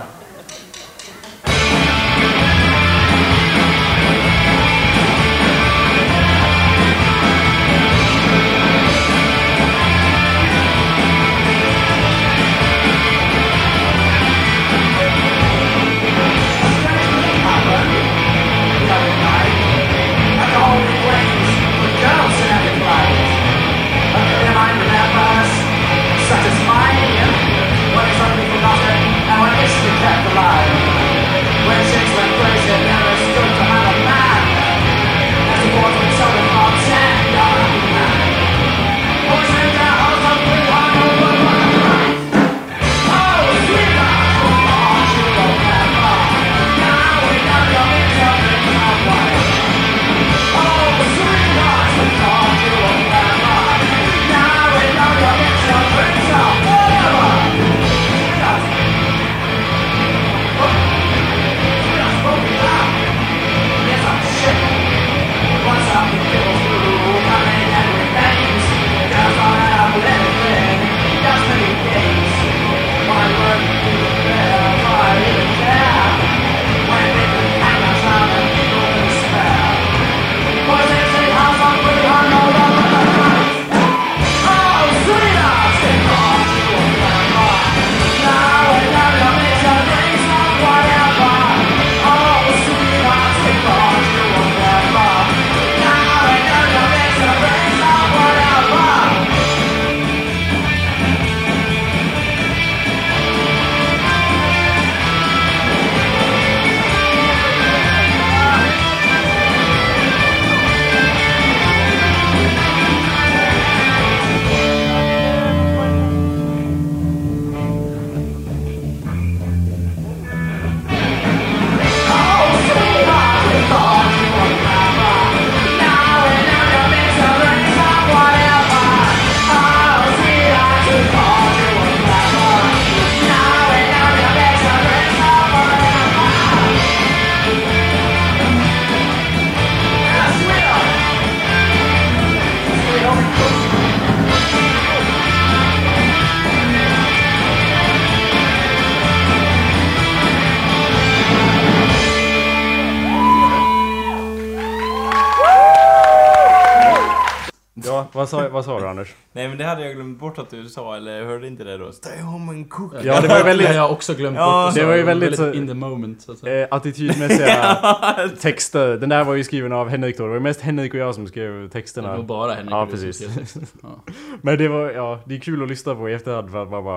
Ja, vad sa, vad sa du Anders? Nej, men det hade jag glömt bort att du sa, eller jag hörde inte det då. Stay home and cook. Ja, det var ju väldigt... Det har jag också glömt Ja, bort. det var ju väldigt så- in the moment så att säga. Eh, attitydmässiga texter. Den där var ju skriven av Henrik då. Det var ju mest Henrik och jag som skrev texterna. Det var bara Henrik Ja, och du som precis. skrev texten. Ja. Men det var, ja, det är kul att lyssna på i efterhand för att man bara...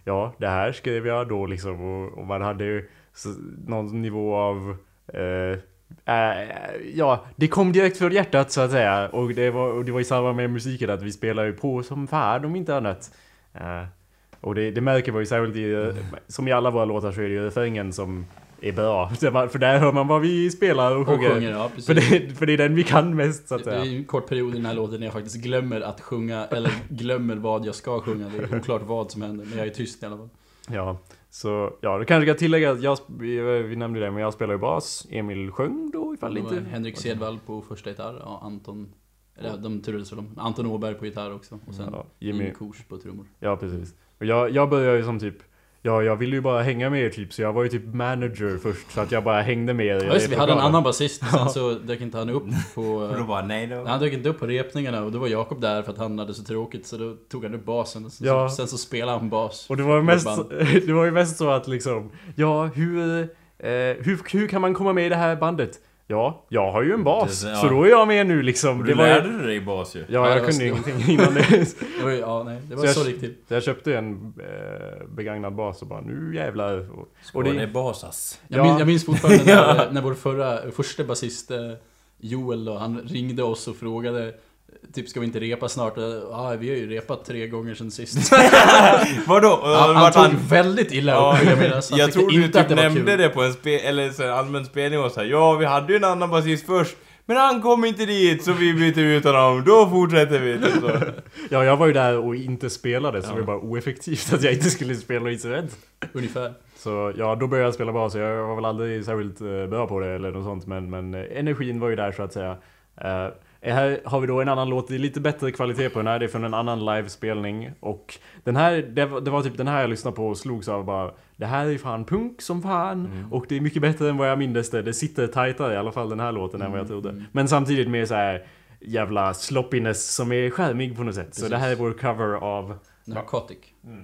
ja, det här skrev jag då liksom. Och, och man hade ju så, någon nivå av... Eh, äh, ja, det kom direkt för hjärtat så att säga. Och det var, och det var i samband med musiken att vi spelade på som fan om inte annat. Uh, och det, det märker vi ju särskilt i, mm. som i alla våra låtar så är det ju refrängen som är bra. För där hör man vad vi spelar och sjunger. Och sjunger ja, precis. För det, för det är den vi kan mest så att säga. Det är en kort period i den här låten när jag faktiskt glömmer att sjunga, eller glömmer vad jag ska sjunga. Det är oklart vad som händer, men jag är tyst i alla fall. Ja, så ja, det kanske kan tillägga att jag, vi, vi nämnde det, men jag spelar ju bas. Emil sjöng då ifall inte. Henrik Sedvall på första gitarr, ja, Anton, eller de turades för dem. Anton Åberg på gitarr också. Och sen ja, Jimmy Kors på trummor. Ja, precis. Och jag, jag började ju som typ, ja, jag ville ju bara hänga med er typ, så jag var ju typ manager först, så att jag bara hängde med er. Ja, just, vi hade en annan basist, sen så dök inte han upp på... Och då bara, nej då. Han dök inte upp på repningarna, och då var Jakob där för att han hade så tråkigt, så då tog han upp basen. Och så, ja. Sen så spelade han bas. Och det var ju mest, det var ju mest så att liksom, ja, hur, eh, hur, hur kan man komma med i det här bandet? Ja, jag har ju en bas, det, ja. Så då är jag med nu liksom. Och du det var lärde ju... dig bas ju. Ja, jag, ja, kunde så... ingenting innan det. Ja, nej, det var så, så jag, riktigt. Jag köpte en eh, begagnad bas och bara, nu jävlar. Och, och det är basas. Jag, ja. minns, jag minns fortfarande när, när vår förra, första basist Joel då, han ringde oss och frågade typ, ska vi inte repa snart? Ja, vi har ju repat tre gånger sedan sist. Vadå? Han, han tog han... väldigt illa ja, upp. Jag, menar, jag tror du typ det nämnde kul. Det på en spe... eller så allmän spelning och så här, ja, vi hade ju en annan basist först. Men han kom inte dit, så vi byter ut honom. Då fortsätter vi. Typ så. Ja, jag var ju där och inte spelade, så ja. det var bara oeffektivt att jag inte skulle spela instrument. Ungefär. Så ja, då började jag spela bas. Jag var väl aldrig särskilt bra på det eller något sånt. Men, men energin var ju där så att säga. Uh, här har vi då en annan låt, det är lite bättre kvalitet på den här, det är från en annan livespelning. Och den här, det var, det var typ den här jag lyssnade på och slogs av bara, det här är fan punk som fan. Mm. Och det är mycket bättre än vad jag mindes det. Det sitter tajtare i alla fall den här låten mm. än vad jag trodde. Men samtidigt med så här jävla sloppiness som är skärmig på något sätt. Precis. Så det här är vår cover av Narcotic. Mm.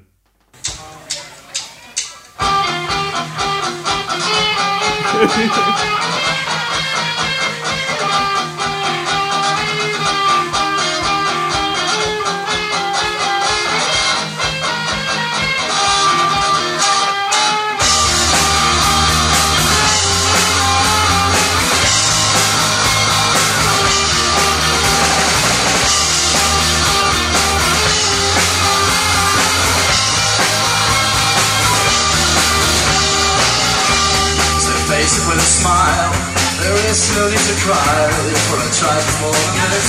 With a smile, there is no need to cry, really, for I tried more than this.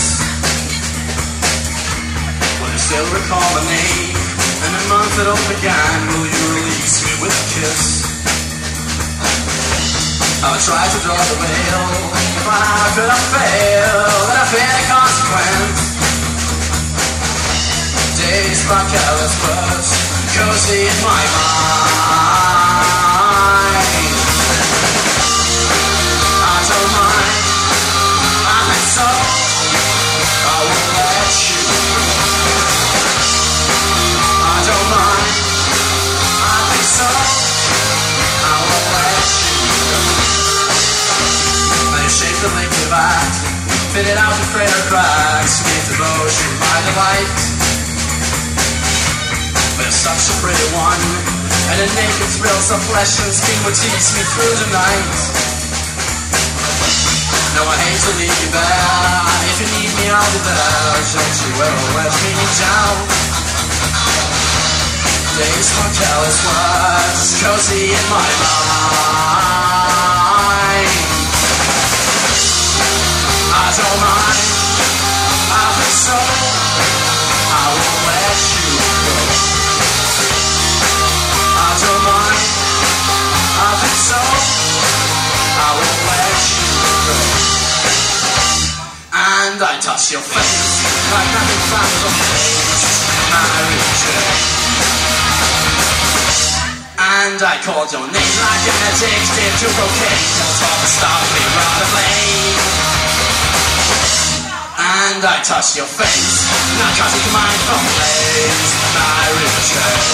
Will you still recall my name, and the month it all began, will you release me with a kiss? I've tried to draw the veil, but how could I fail, that I fear the consequence? Days by careless words, cozy in my mind. I don't mind, I think so, I won't let you. I don't mind, I think so, I won't let you. Now you shape the link of act, fit it out to crater cracks, make devotion my delight. But you're such a pretty one, and the naked thrills of flesh and skin will tease me through the night. No, I hate to leave you there. If you need me, I'll be there. Don't you ever let me down. Days for careless words, cozy in my mind. I don't mind, I think so, I won't let you go. I don't mind, I think so, I won't let you go. And I touch your face like nothing found on face, my return. And I called your name like an addicted to cocaine. Don't try to stop me, run away. And I touch your face, narcotic mind from place, my return.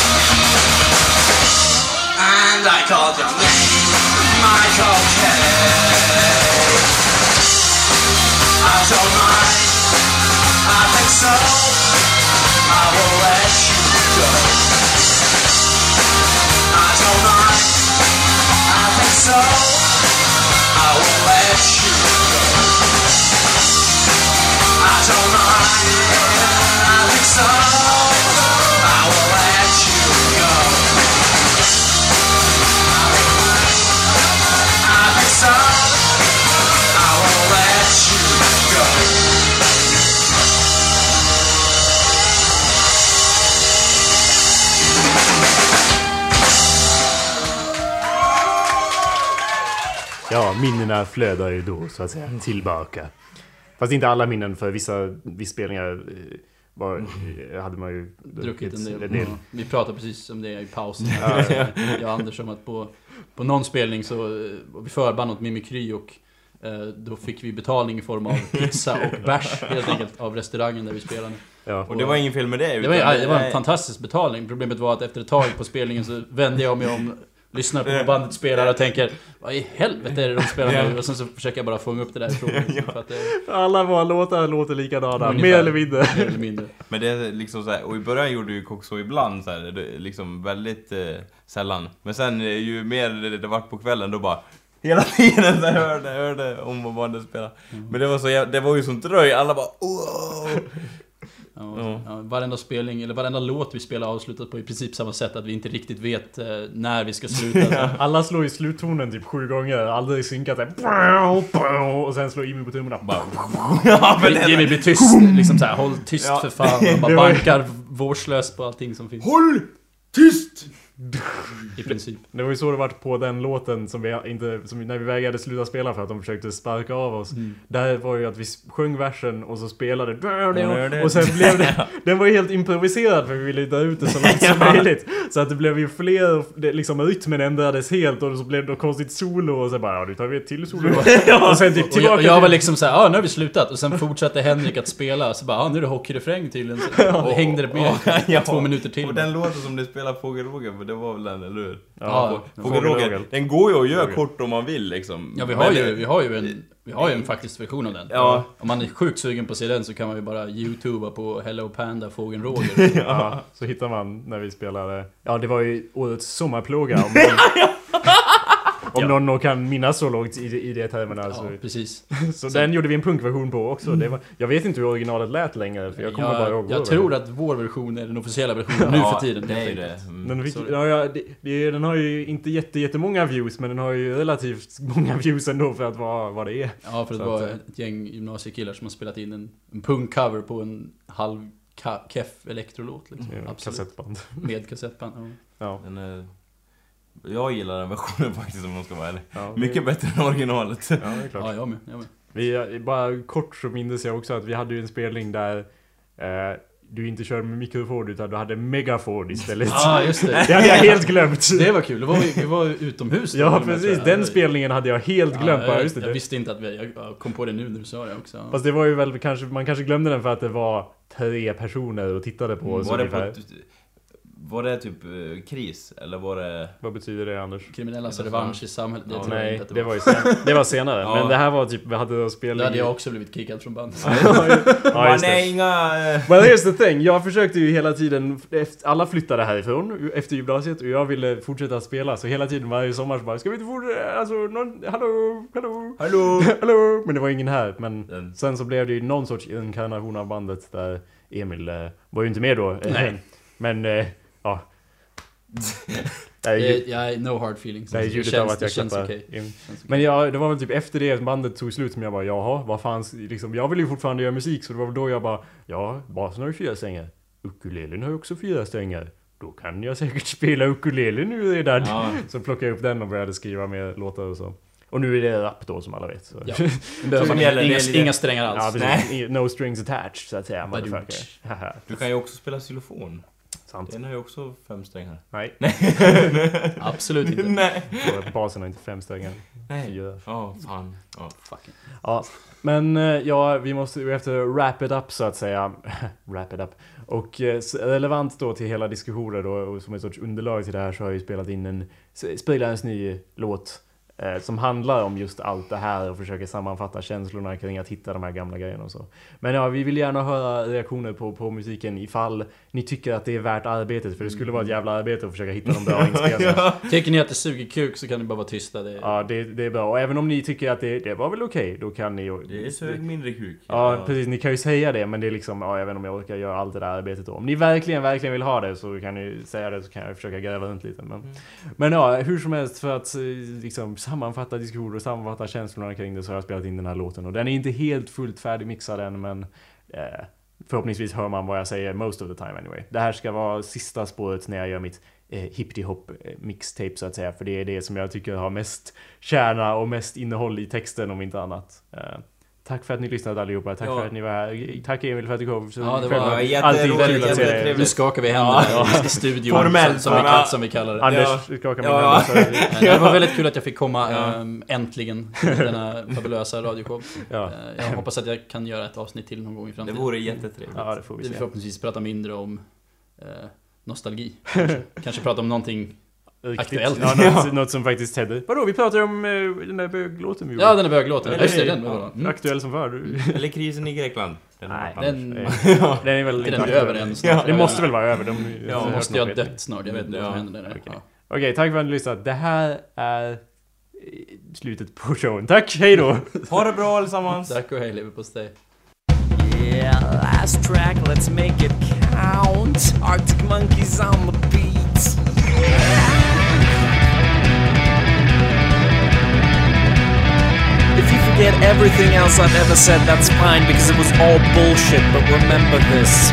And I called your name, my cocaine. I don't mind, I think so, I will let you go. ja, minnena flödar ju då så att säga tillbaka. Fast inte alla minnen, för vissa, vissa spelningar var, hade man ju druckit en del. en del. Ja, vi pratade precis om det i pausen. Jag och Anders om att på, på någon spelning så vi förband åt Mimikry och eh, då fick vi betalning i form av pizza och bärs helt enkelt av restaurangen där vi spelade. Ja. Och det var ingen fel med det. Det var, det var en fantastisk betalning. Problemet var att efter ett tag på spelningen så vände jag mig om, lyssnar på bandet spelar och tänker vad i helvete är det de spelar nu? Och sen så försöker jag bara fånga upp det där ifrån. Ja. För att det... Alla våra låtar låter likadana, mer eller mindre. Mer eller mindre. Men det är liksom så här, och i början gjorde ju också ibland så här, det liksom väldigt eh, sällan. Men sen ju mer det, det var på kvällen då bara hela tiden så hörde hörde om vad bandet spelade. Mm. Men det var så det var ju som dröj, alla bara wow. Ja, ja. Ja, varenda spelning, eller varenda låt vi spelar avslutat på i princip samma sätt, att vi inte riktigt vet eh, när vi ska sluta. Alla slår i sluttonen typ sju gånger, aldrig synkat det. Och sen slår Jimmy på tummarna. Ja, Jimmy blir tyst, liksom så här, håll tyst ja. för fan. Och bara bankar vårdslöst på allting som finns. Håll tyst! I princip. Det var ju så det var på den låten som vi inte, som när vi vägrade sluta spela för att de försökte sparka av oss. Mm. Där var ju att vi sjöng versen och så spelade och sen blev det, den var ju helt improviserad för vi ville dra ut det så långt som möjligt. Så att det blev ju fler, det, liksom rytmen ändrades helt och så blev det konstigt solo och så bara, ja, du tar vi ett till solo. Och sen typ tillbaka. Och jag, jag var liksom så här, ja, nu har vi slutat. Och sen fortsatte Henrik att spela, så bara, ja, nu är det hockeyrefräng tydligen. Och hängde det med ja, två minuter till. Och den låten som det spelar Fågelroger, det var väl den, eller hur? Ja, ja Fågelroger. Den går ju att göra kort om man vill liksom. Ja, vi har ju, vi har ju en vi har ju en faktisk version av den. Ja. Om man är sjukt sugen på att se den så kan man ju bara YouTubea på Hello Panda Fågelroger. Ja, så hittar man när vi spelade. Ja, det var ju årets sommarplåga om någon, om ja. någon kan minnas så långt i, i det termerna. Ja, så. precis. Så, så den gjorde vi en punkversion på också. Det var, jag vet inte hur originalet lät längre, för jag kommer ja, bara ihåg. Jag tror att vår version är den officiella versionen nu för tiden. Det är det. Mm. Den, fick, ja, ja, det, det, den har ju inte jätte, jättemånga views, men den har ju relativt många views ändå för att vara vad det är. Ja, för att det var ett gäng gymnasiekillar som har spelat in en, en punkcover på en halv ka- keff elektrolåt liksom. Ja, kassettband. Med kassettband, ja. Ja. Den är... Jag gillar den versionen faktiskt, om man ska vara ärlig. Ja, mycket vi... bättre än originalet. Ja, det är klart. Ja, jag med, jag med. Vi, bara kort så minns jag också att vi hade ju en spelning där eh, du inte körde med mikrofon utan du hade megafon istället. Ja, ah, just det. Det hade jag helt glömt. Det var kul. Det var, vi var utomhus. Då, ja, precis. Den spelningen hade jag helt glömt. Ja, jag, just det. jag visste inte att vi... Jag kom på det nu när du sa det också. Fast det var ju väl kanske... Man kanske glömde den för att det var tre personer och tittade på. Mm, så var det ungefär. på... Var det typ uh, kris? Eller var det... Vad betyder det, Anders? Kriminellas revansch i samhället. Ja, nej, det, det var ju senare. Det var senare. Ja. Men det här var typ, vi hade spelat... Då hade jag också blivit kickad från bandet. Ja, man är inga... Well, here's the thing. Jag försökte ju hela tiden... Alla flyttade härifrån efter gymnasiet och jag ville fortsätta spela. Så hela tiden varje sommar så bara, ska vi inte fortsätta? Alltså, någon... Hallå, hallå, hallå, hallå. Men det var ingen här. Men mm. sen så blev det ju någon sorts inkarnation av bandet där Emil eh, var ju inte med då. Nej. Men, eh, ja... Jag är no hard feelings. Det är ljudet av att jag klappar okay. in. Men ja, det var väl typ efter det bandet tog slut som jag bara, jaha, vad fan liksom, jag vill ju fortfarande göra musik. Så det var väl då jag bara, ja, basen har ju fyra strängar. Ukulelen har ju också fyra strängar. Då kan jag säkert spela ukulele nu redan. Ja. Så plockade jag upp den och började skriva med låtar och så. Och nu är det rap då, som alla vet. Så. Ja. Så som gäller, inga, lite... inga strängar alls. Ja, precis. No strings attached, så att säga. Du kan ju också spela xylofon. Sant. Den har ju också fem strängar. Nej. Absolut inte. Nej. Basen har inte fem strängar. Nej. Ja, oh, fan. Oh, fucking. Ja, men ja, vi måste vi efter wrap it up så att säga. Wrap it up. Och relevant då till hela diskussionen då, och som ett sorts underlag till det här så har jag ju spelat in en spelarens ny låt eh, som handlar om just allt det här och försöker sammanfatta känslorna kring att hitta de här gamla grejerna och så. Men ja, vi vill gärna höra reaktioner på, på musiken ifall ni tycker att det är värt arbetet, för det skulle vara ett jävla arbete att försöka hitta de bra inspelningarna. Ja. Tycker ni att det suger kuk så kan ni bara vara tysta. Det är... Ja, det, det är bra. Och även om ni tycker att det, det var väl okej, okay, då kan ni ju... Det är sög mindre kuk. Ja, ja, precis. Ni kan ju säga det, men det är liksom, ja, även om jag orkar göra allt det där arbetet då. Om ni verkligen, verkligen vill ha det så kan ni säga det, så kan jag försöka gräva runt lite. Men, mm. men ja, hur som helst, för att liksom sammanfatta diskussioner och sammanfatta känslorna kring det så har jag spelat in den här låten. Och den är inte helt fullt färdigmixad än, men eh, förhoppningsvis hör man vad jag säger most of the time anyway. Det här ska vara sista spåret när jag gör mitt eh, hippity-hop mixtape så att säga, för det är det som jag tycker har mest kärna och mest innehåll i texten om inte annat. Eh, Tack för att ni lyssnade allihopa. Tack ja. för att ni var här. Tack Emil för att du kom. Så ja, det var jätteroligt. Nu skakar vi händerna ja. i studion. Formellt, som, som, vi, som vi kallar det. Anders ja. skakar min ja. händer. Det var väldigt kul att jag fick komma ja. um, äntligen till denna fabulösa radioshow. Ja. Jag hoppas att jag kan göra ett avsnitt till någon gång i framtiden. Det vore jättetrevligt. Ja, det får vi se. Vi förhoppningsvis prata mindre om uh, nostalgi. Kanske. Kanske prata om någonting aktuellt. Ja, något, något som faktiskt hände. Vadå, vi pratar om uh, den där böglåten vi gjorde. Ja, den där böglåten. Just det, den. Ja, mm. Aktuell som förr. Eller krisen i Grekland. Den Nej, den, ja. den är väl inte den är över än snart. Ja, det måste väl vara över. De, ja, de måste ju ha dött snart. Jag vet inte ja. vad som händer där. Okej, okay. ja. okay, tack för att ni lyssnade. Det här är slutet på showen. Tack, hej då! Ha det bra allesammans. Tack och hej, lever på steg. Yeah, last track, let's make it count. Arctic Monkeys on the beat. If you forget everything else I've ever said, that's fine, because it was all bullshit, but remember this.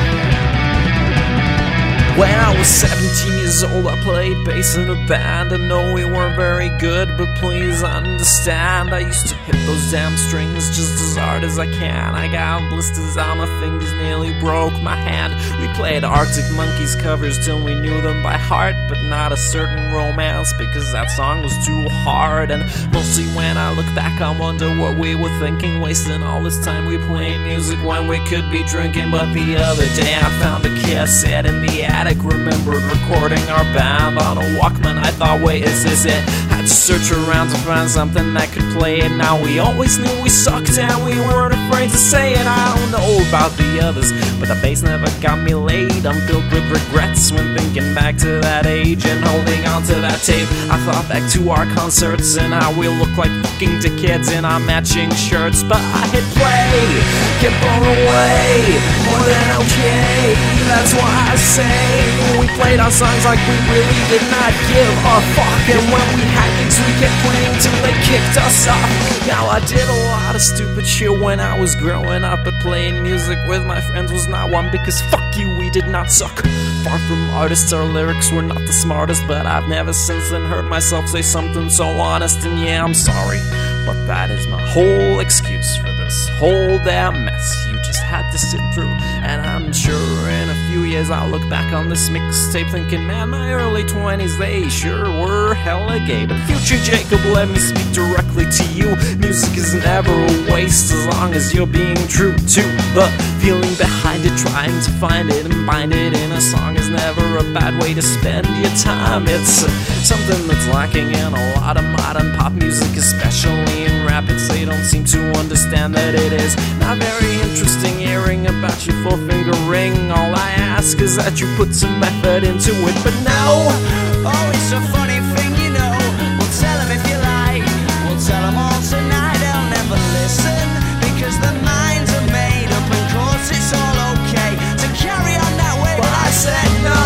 When I was seventeen years old, I played bass in a band. I know we weren't very good, but please understand, I used to hit those damn strings just as hard as I can. I got blisters on my fingers, nearly broke my hand. We played Arctic Monkeys covers till we knew them by heart, but not a certain romance, because that song was too hard. And mostly when I look back, I wonder what we were thinking, wasting all this time we playing music when we could be drinking. But the other day I found a cassette in the attic. Remembered recording our band on a Walkman. I thought, wait, is this it? Had to search around to find something that could play it. Now we always knew we sucked and we weren't afraid to say it. I don't know about the others, but the bass never got me laid. I'm filled with regrets when thinking back to that age and holding on to that tape. I thought back to our concerts and how we look like fucking dickheads in our matching shirts. But I hit play, kept blown away, more than okay. That's why I say we played our songs like we really did not give a fuck. And when we had gigs we kept playing till they kicked us off. Now I did a lot of stupid shit when I was growing up, but playing music with my friends was not one, because fuck you, we did not suck. Far from artists, our lyrics were not the smartest, but I've never since then heard myself say something so honest. And yeah, I'm sorry, but that is my whole excuse for this whole damn mess you just had to sit through. And I'm sure in a few years I'll look back on this mixtape thinking, man, my early twenties, they sure were hella gay. But future Jacob, let me speak directly to you. Music is never a waste as long as you're being true to the feeling behind it. Trying to find it and bind it in a song is never a bad way to spend your time. It's uh, something that's lacking in a lot of modern pop music, especially in rap. It's they don't seem to understand that it is not very interesting hearing about your four finger ring. All I ask is that you put some effort into it. But no, oh, it's a funny thing, you know. We'll tell them if you like. We'll tell them all tonight. They'll never listen, because their minds are made up. And course it's all okay to carry on that way. But I said no,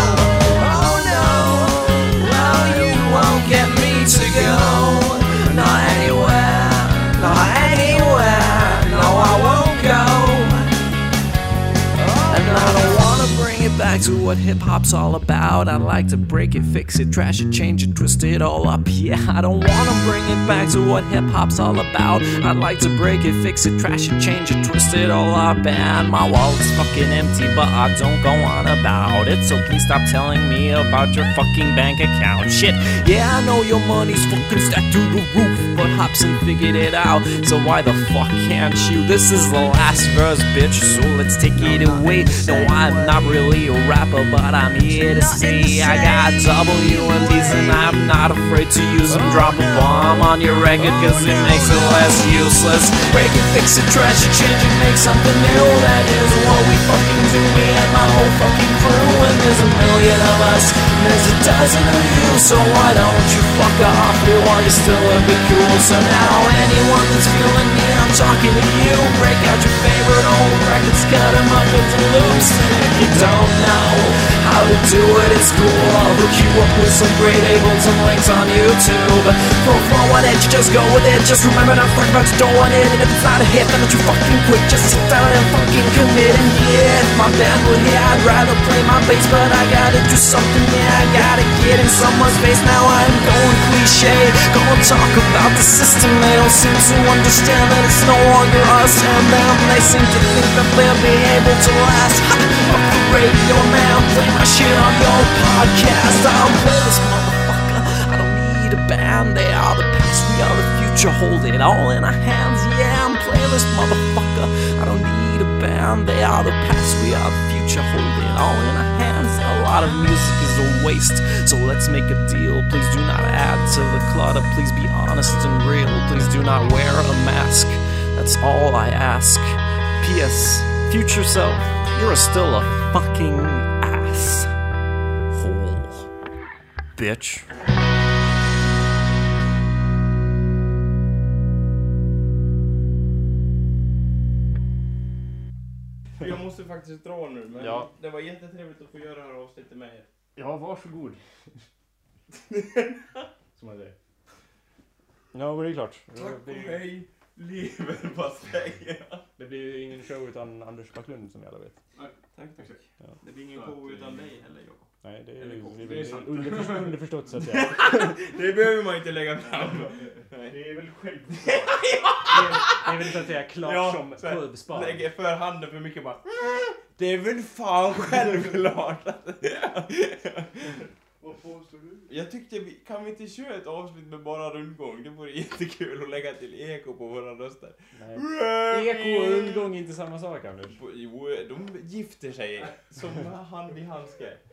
oh no, no, you won't get me to go. Not anywhere, not anywhere, no, I won't go. And I don't wanna bring it back to what hip-hop's all about. I'd like to break it, fix it, trash it, change it, twist it all up. Yeah, I don't wanna bring it back to what hip-hop's all about. I'd like to break it, fix it, trash it, change it, twist it all up. And my wallet's fucking empty, but I don't go on about it. So please stop telling me about your fucking bank account. Shit, yeah, I know your money's fucking stacked through the roof, but Hobson figured it out, so why the fuck can't you? This is the last verse, bitch, so let's take it away. No, I'm not really a rapper, but I'm here to say I got W M Ds and I'm not afraid to use them. Drop a bomb on your record, cause it makes it less useless. Break it, fix it, trash it, change it, make something new. That is what we fucking do, me and my whole fucking crew. And there's a million of us, and there's a dozen of you, so why don't you fuck off here while you're still a bit cool? So now anyone that's feeling me, I'm talking to you. Break out your favorite old records, cut them up into loops. And if you don't know how to do it, it's cool, I'll hook you up with some great A labels and links on YouTube. Don't follow it, you just go with it. Just remember to fuck about you don't want it. And if it's not a hit, then don't you fucking quit. Just sit down and fucking commit. And yeah, if my band were here, I'd rather play my bass, but I gotta do something, yeah, I gotta get in someone's face. Now I'm going cliche, gonna talk about the system. They don't seem to understand that it's no longer us and them. They seem to think that they'll be able to last. Ha! Off the radio now, play my shit on your podcast. I'll play this motherfucker, I don't need a band. They are the past, we are the future, hold it all in our hands. Yeah, I'm playlist motherfucker, I don't need a band. They are the past, we are the future, hold it all in our hands. A lot of music is a waste, so let's make a deal. Please do not add to the clutter, please be honest and real. Please do not wear a mask, that's all I ask. P S. Future self, you're still a fucking ass hole, bitch. Jag måste faktiskt dra nu, men ja. Det var jättetrevligt att få göra det här avsnittet med er. Ja, varsågod. Som man säger. Ja, men det är klart. Tack och hej, leverpastej. Det blir ju ingen show utan Anders Backlund som vi alla vet. Nej, tack, tack. Ja. Det blir ingen show utan dig heller, Jakob. Nej, det är, Eller, det är, det är sant. underförstått, underförstått så att säga. Det behöver man inte lägga fram. Nej. Det är väl självklart. Det är väl så att säga klart ja, som skördespar. Lägger för handen för mycket bara. Det är väl fan självklart. Vad påstår du? Jag tyckte vi kan vi inte köra ett avsnitt med bara rundgång. Det vore jättekul att lägga till eko på våra röster. Nej. Eko och rundgång är inte samma sak, Anders. Jo, de gifter sig som han vid handske.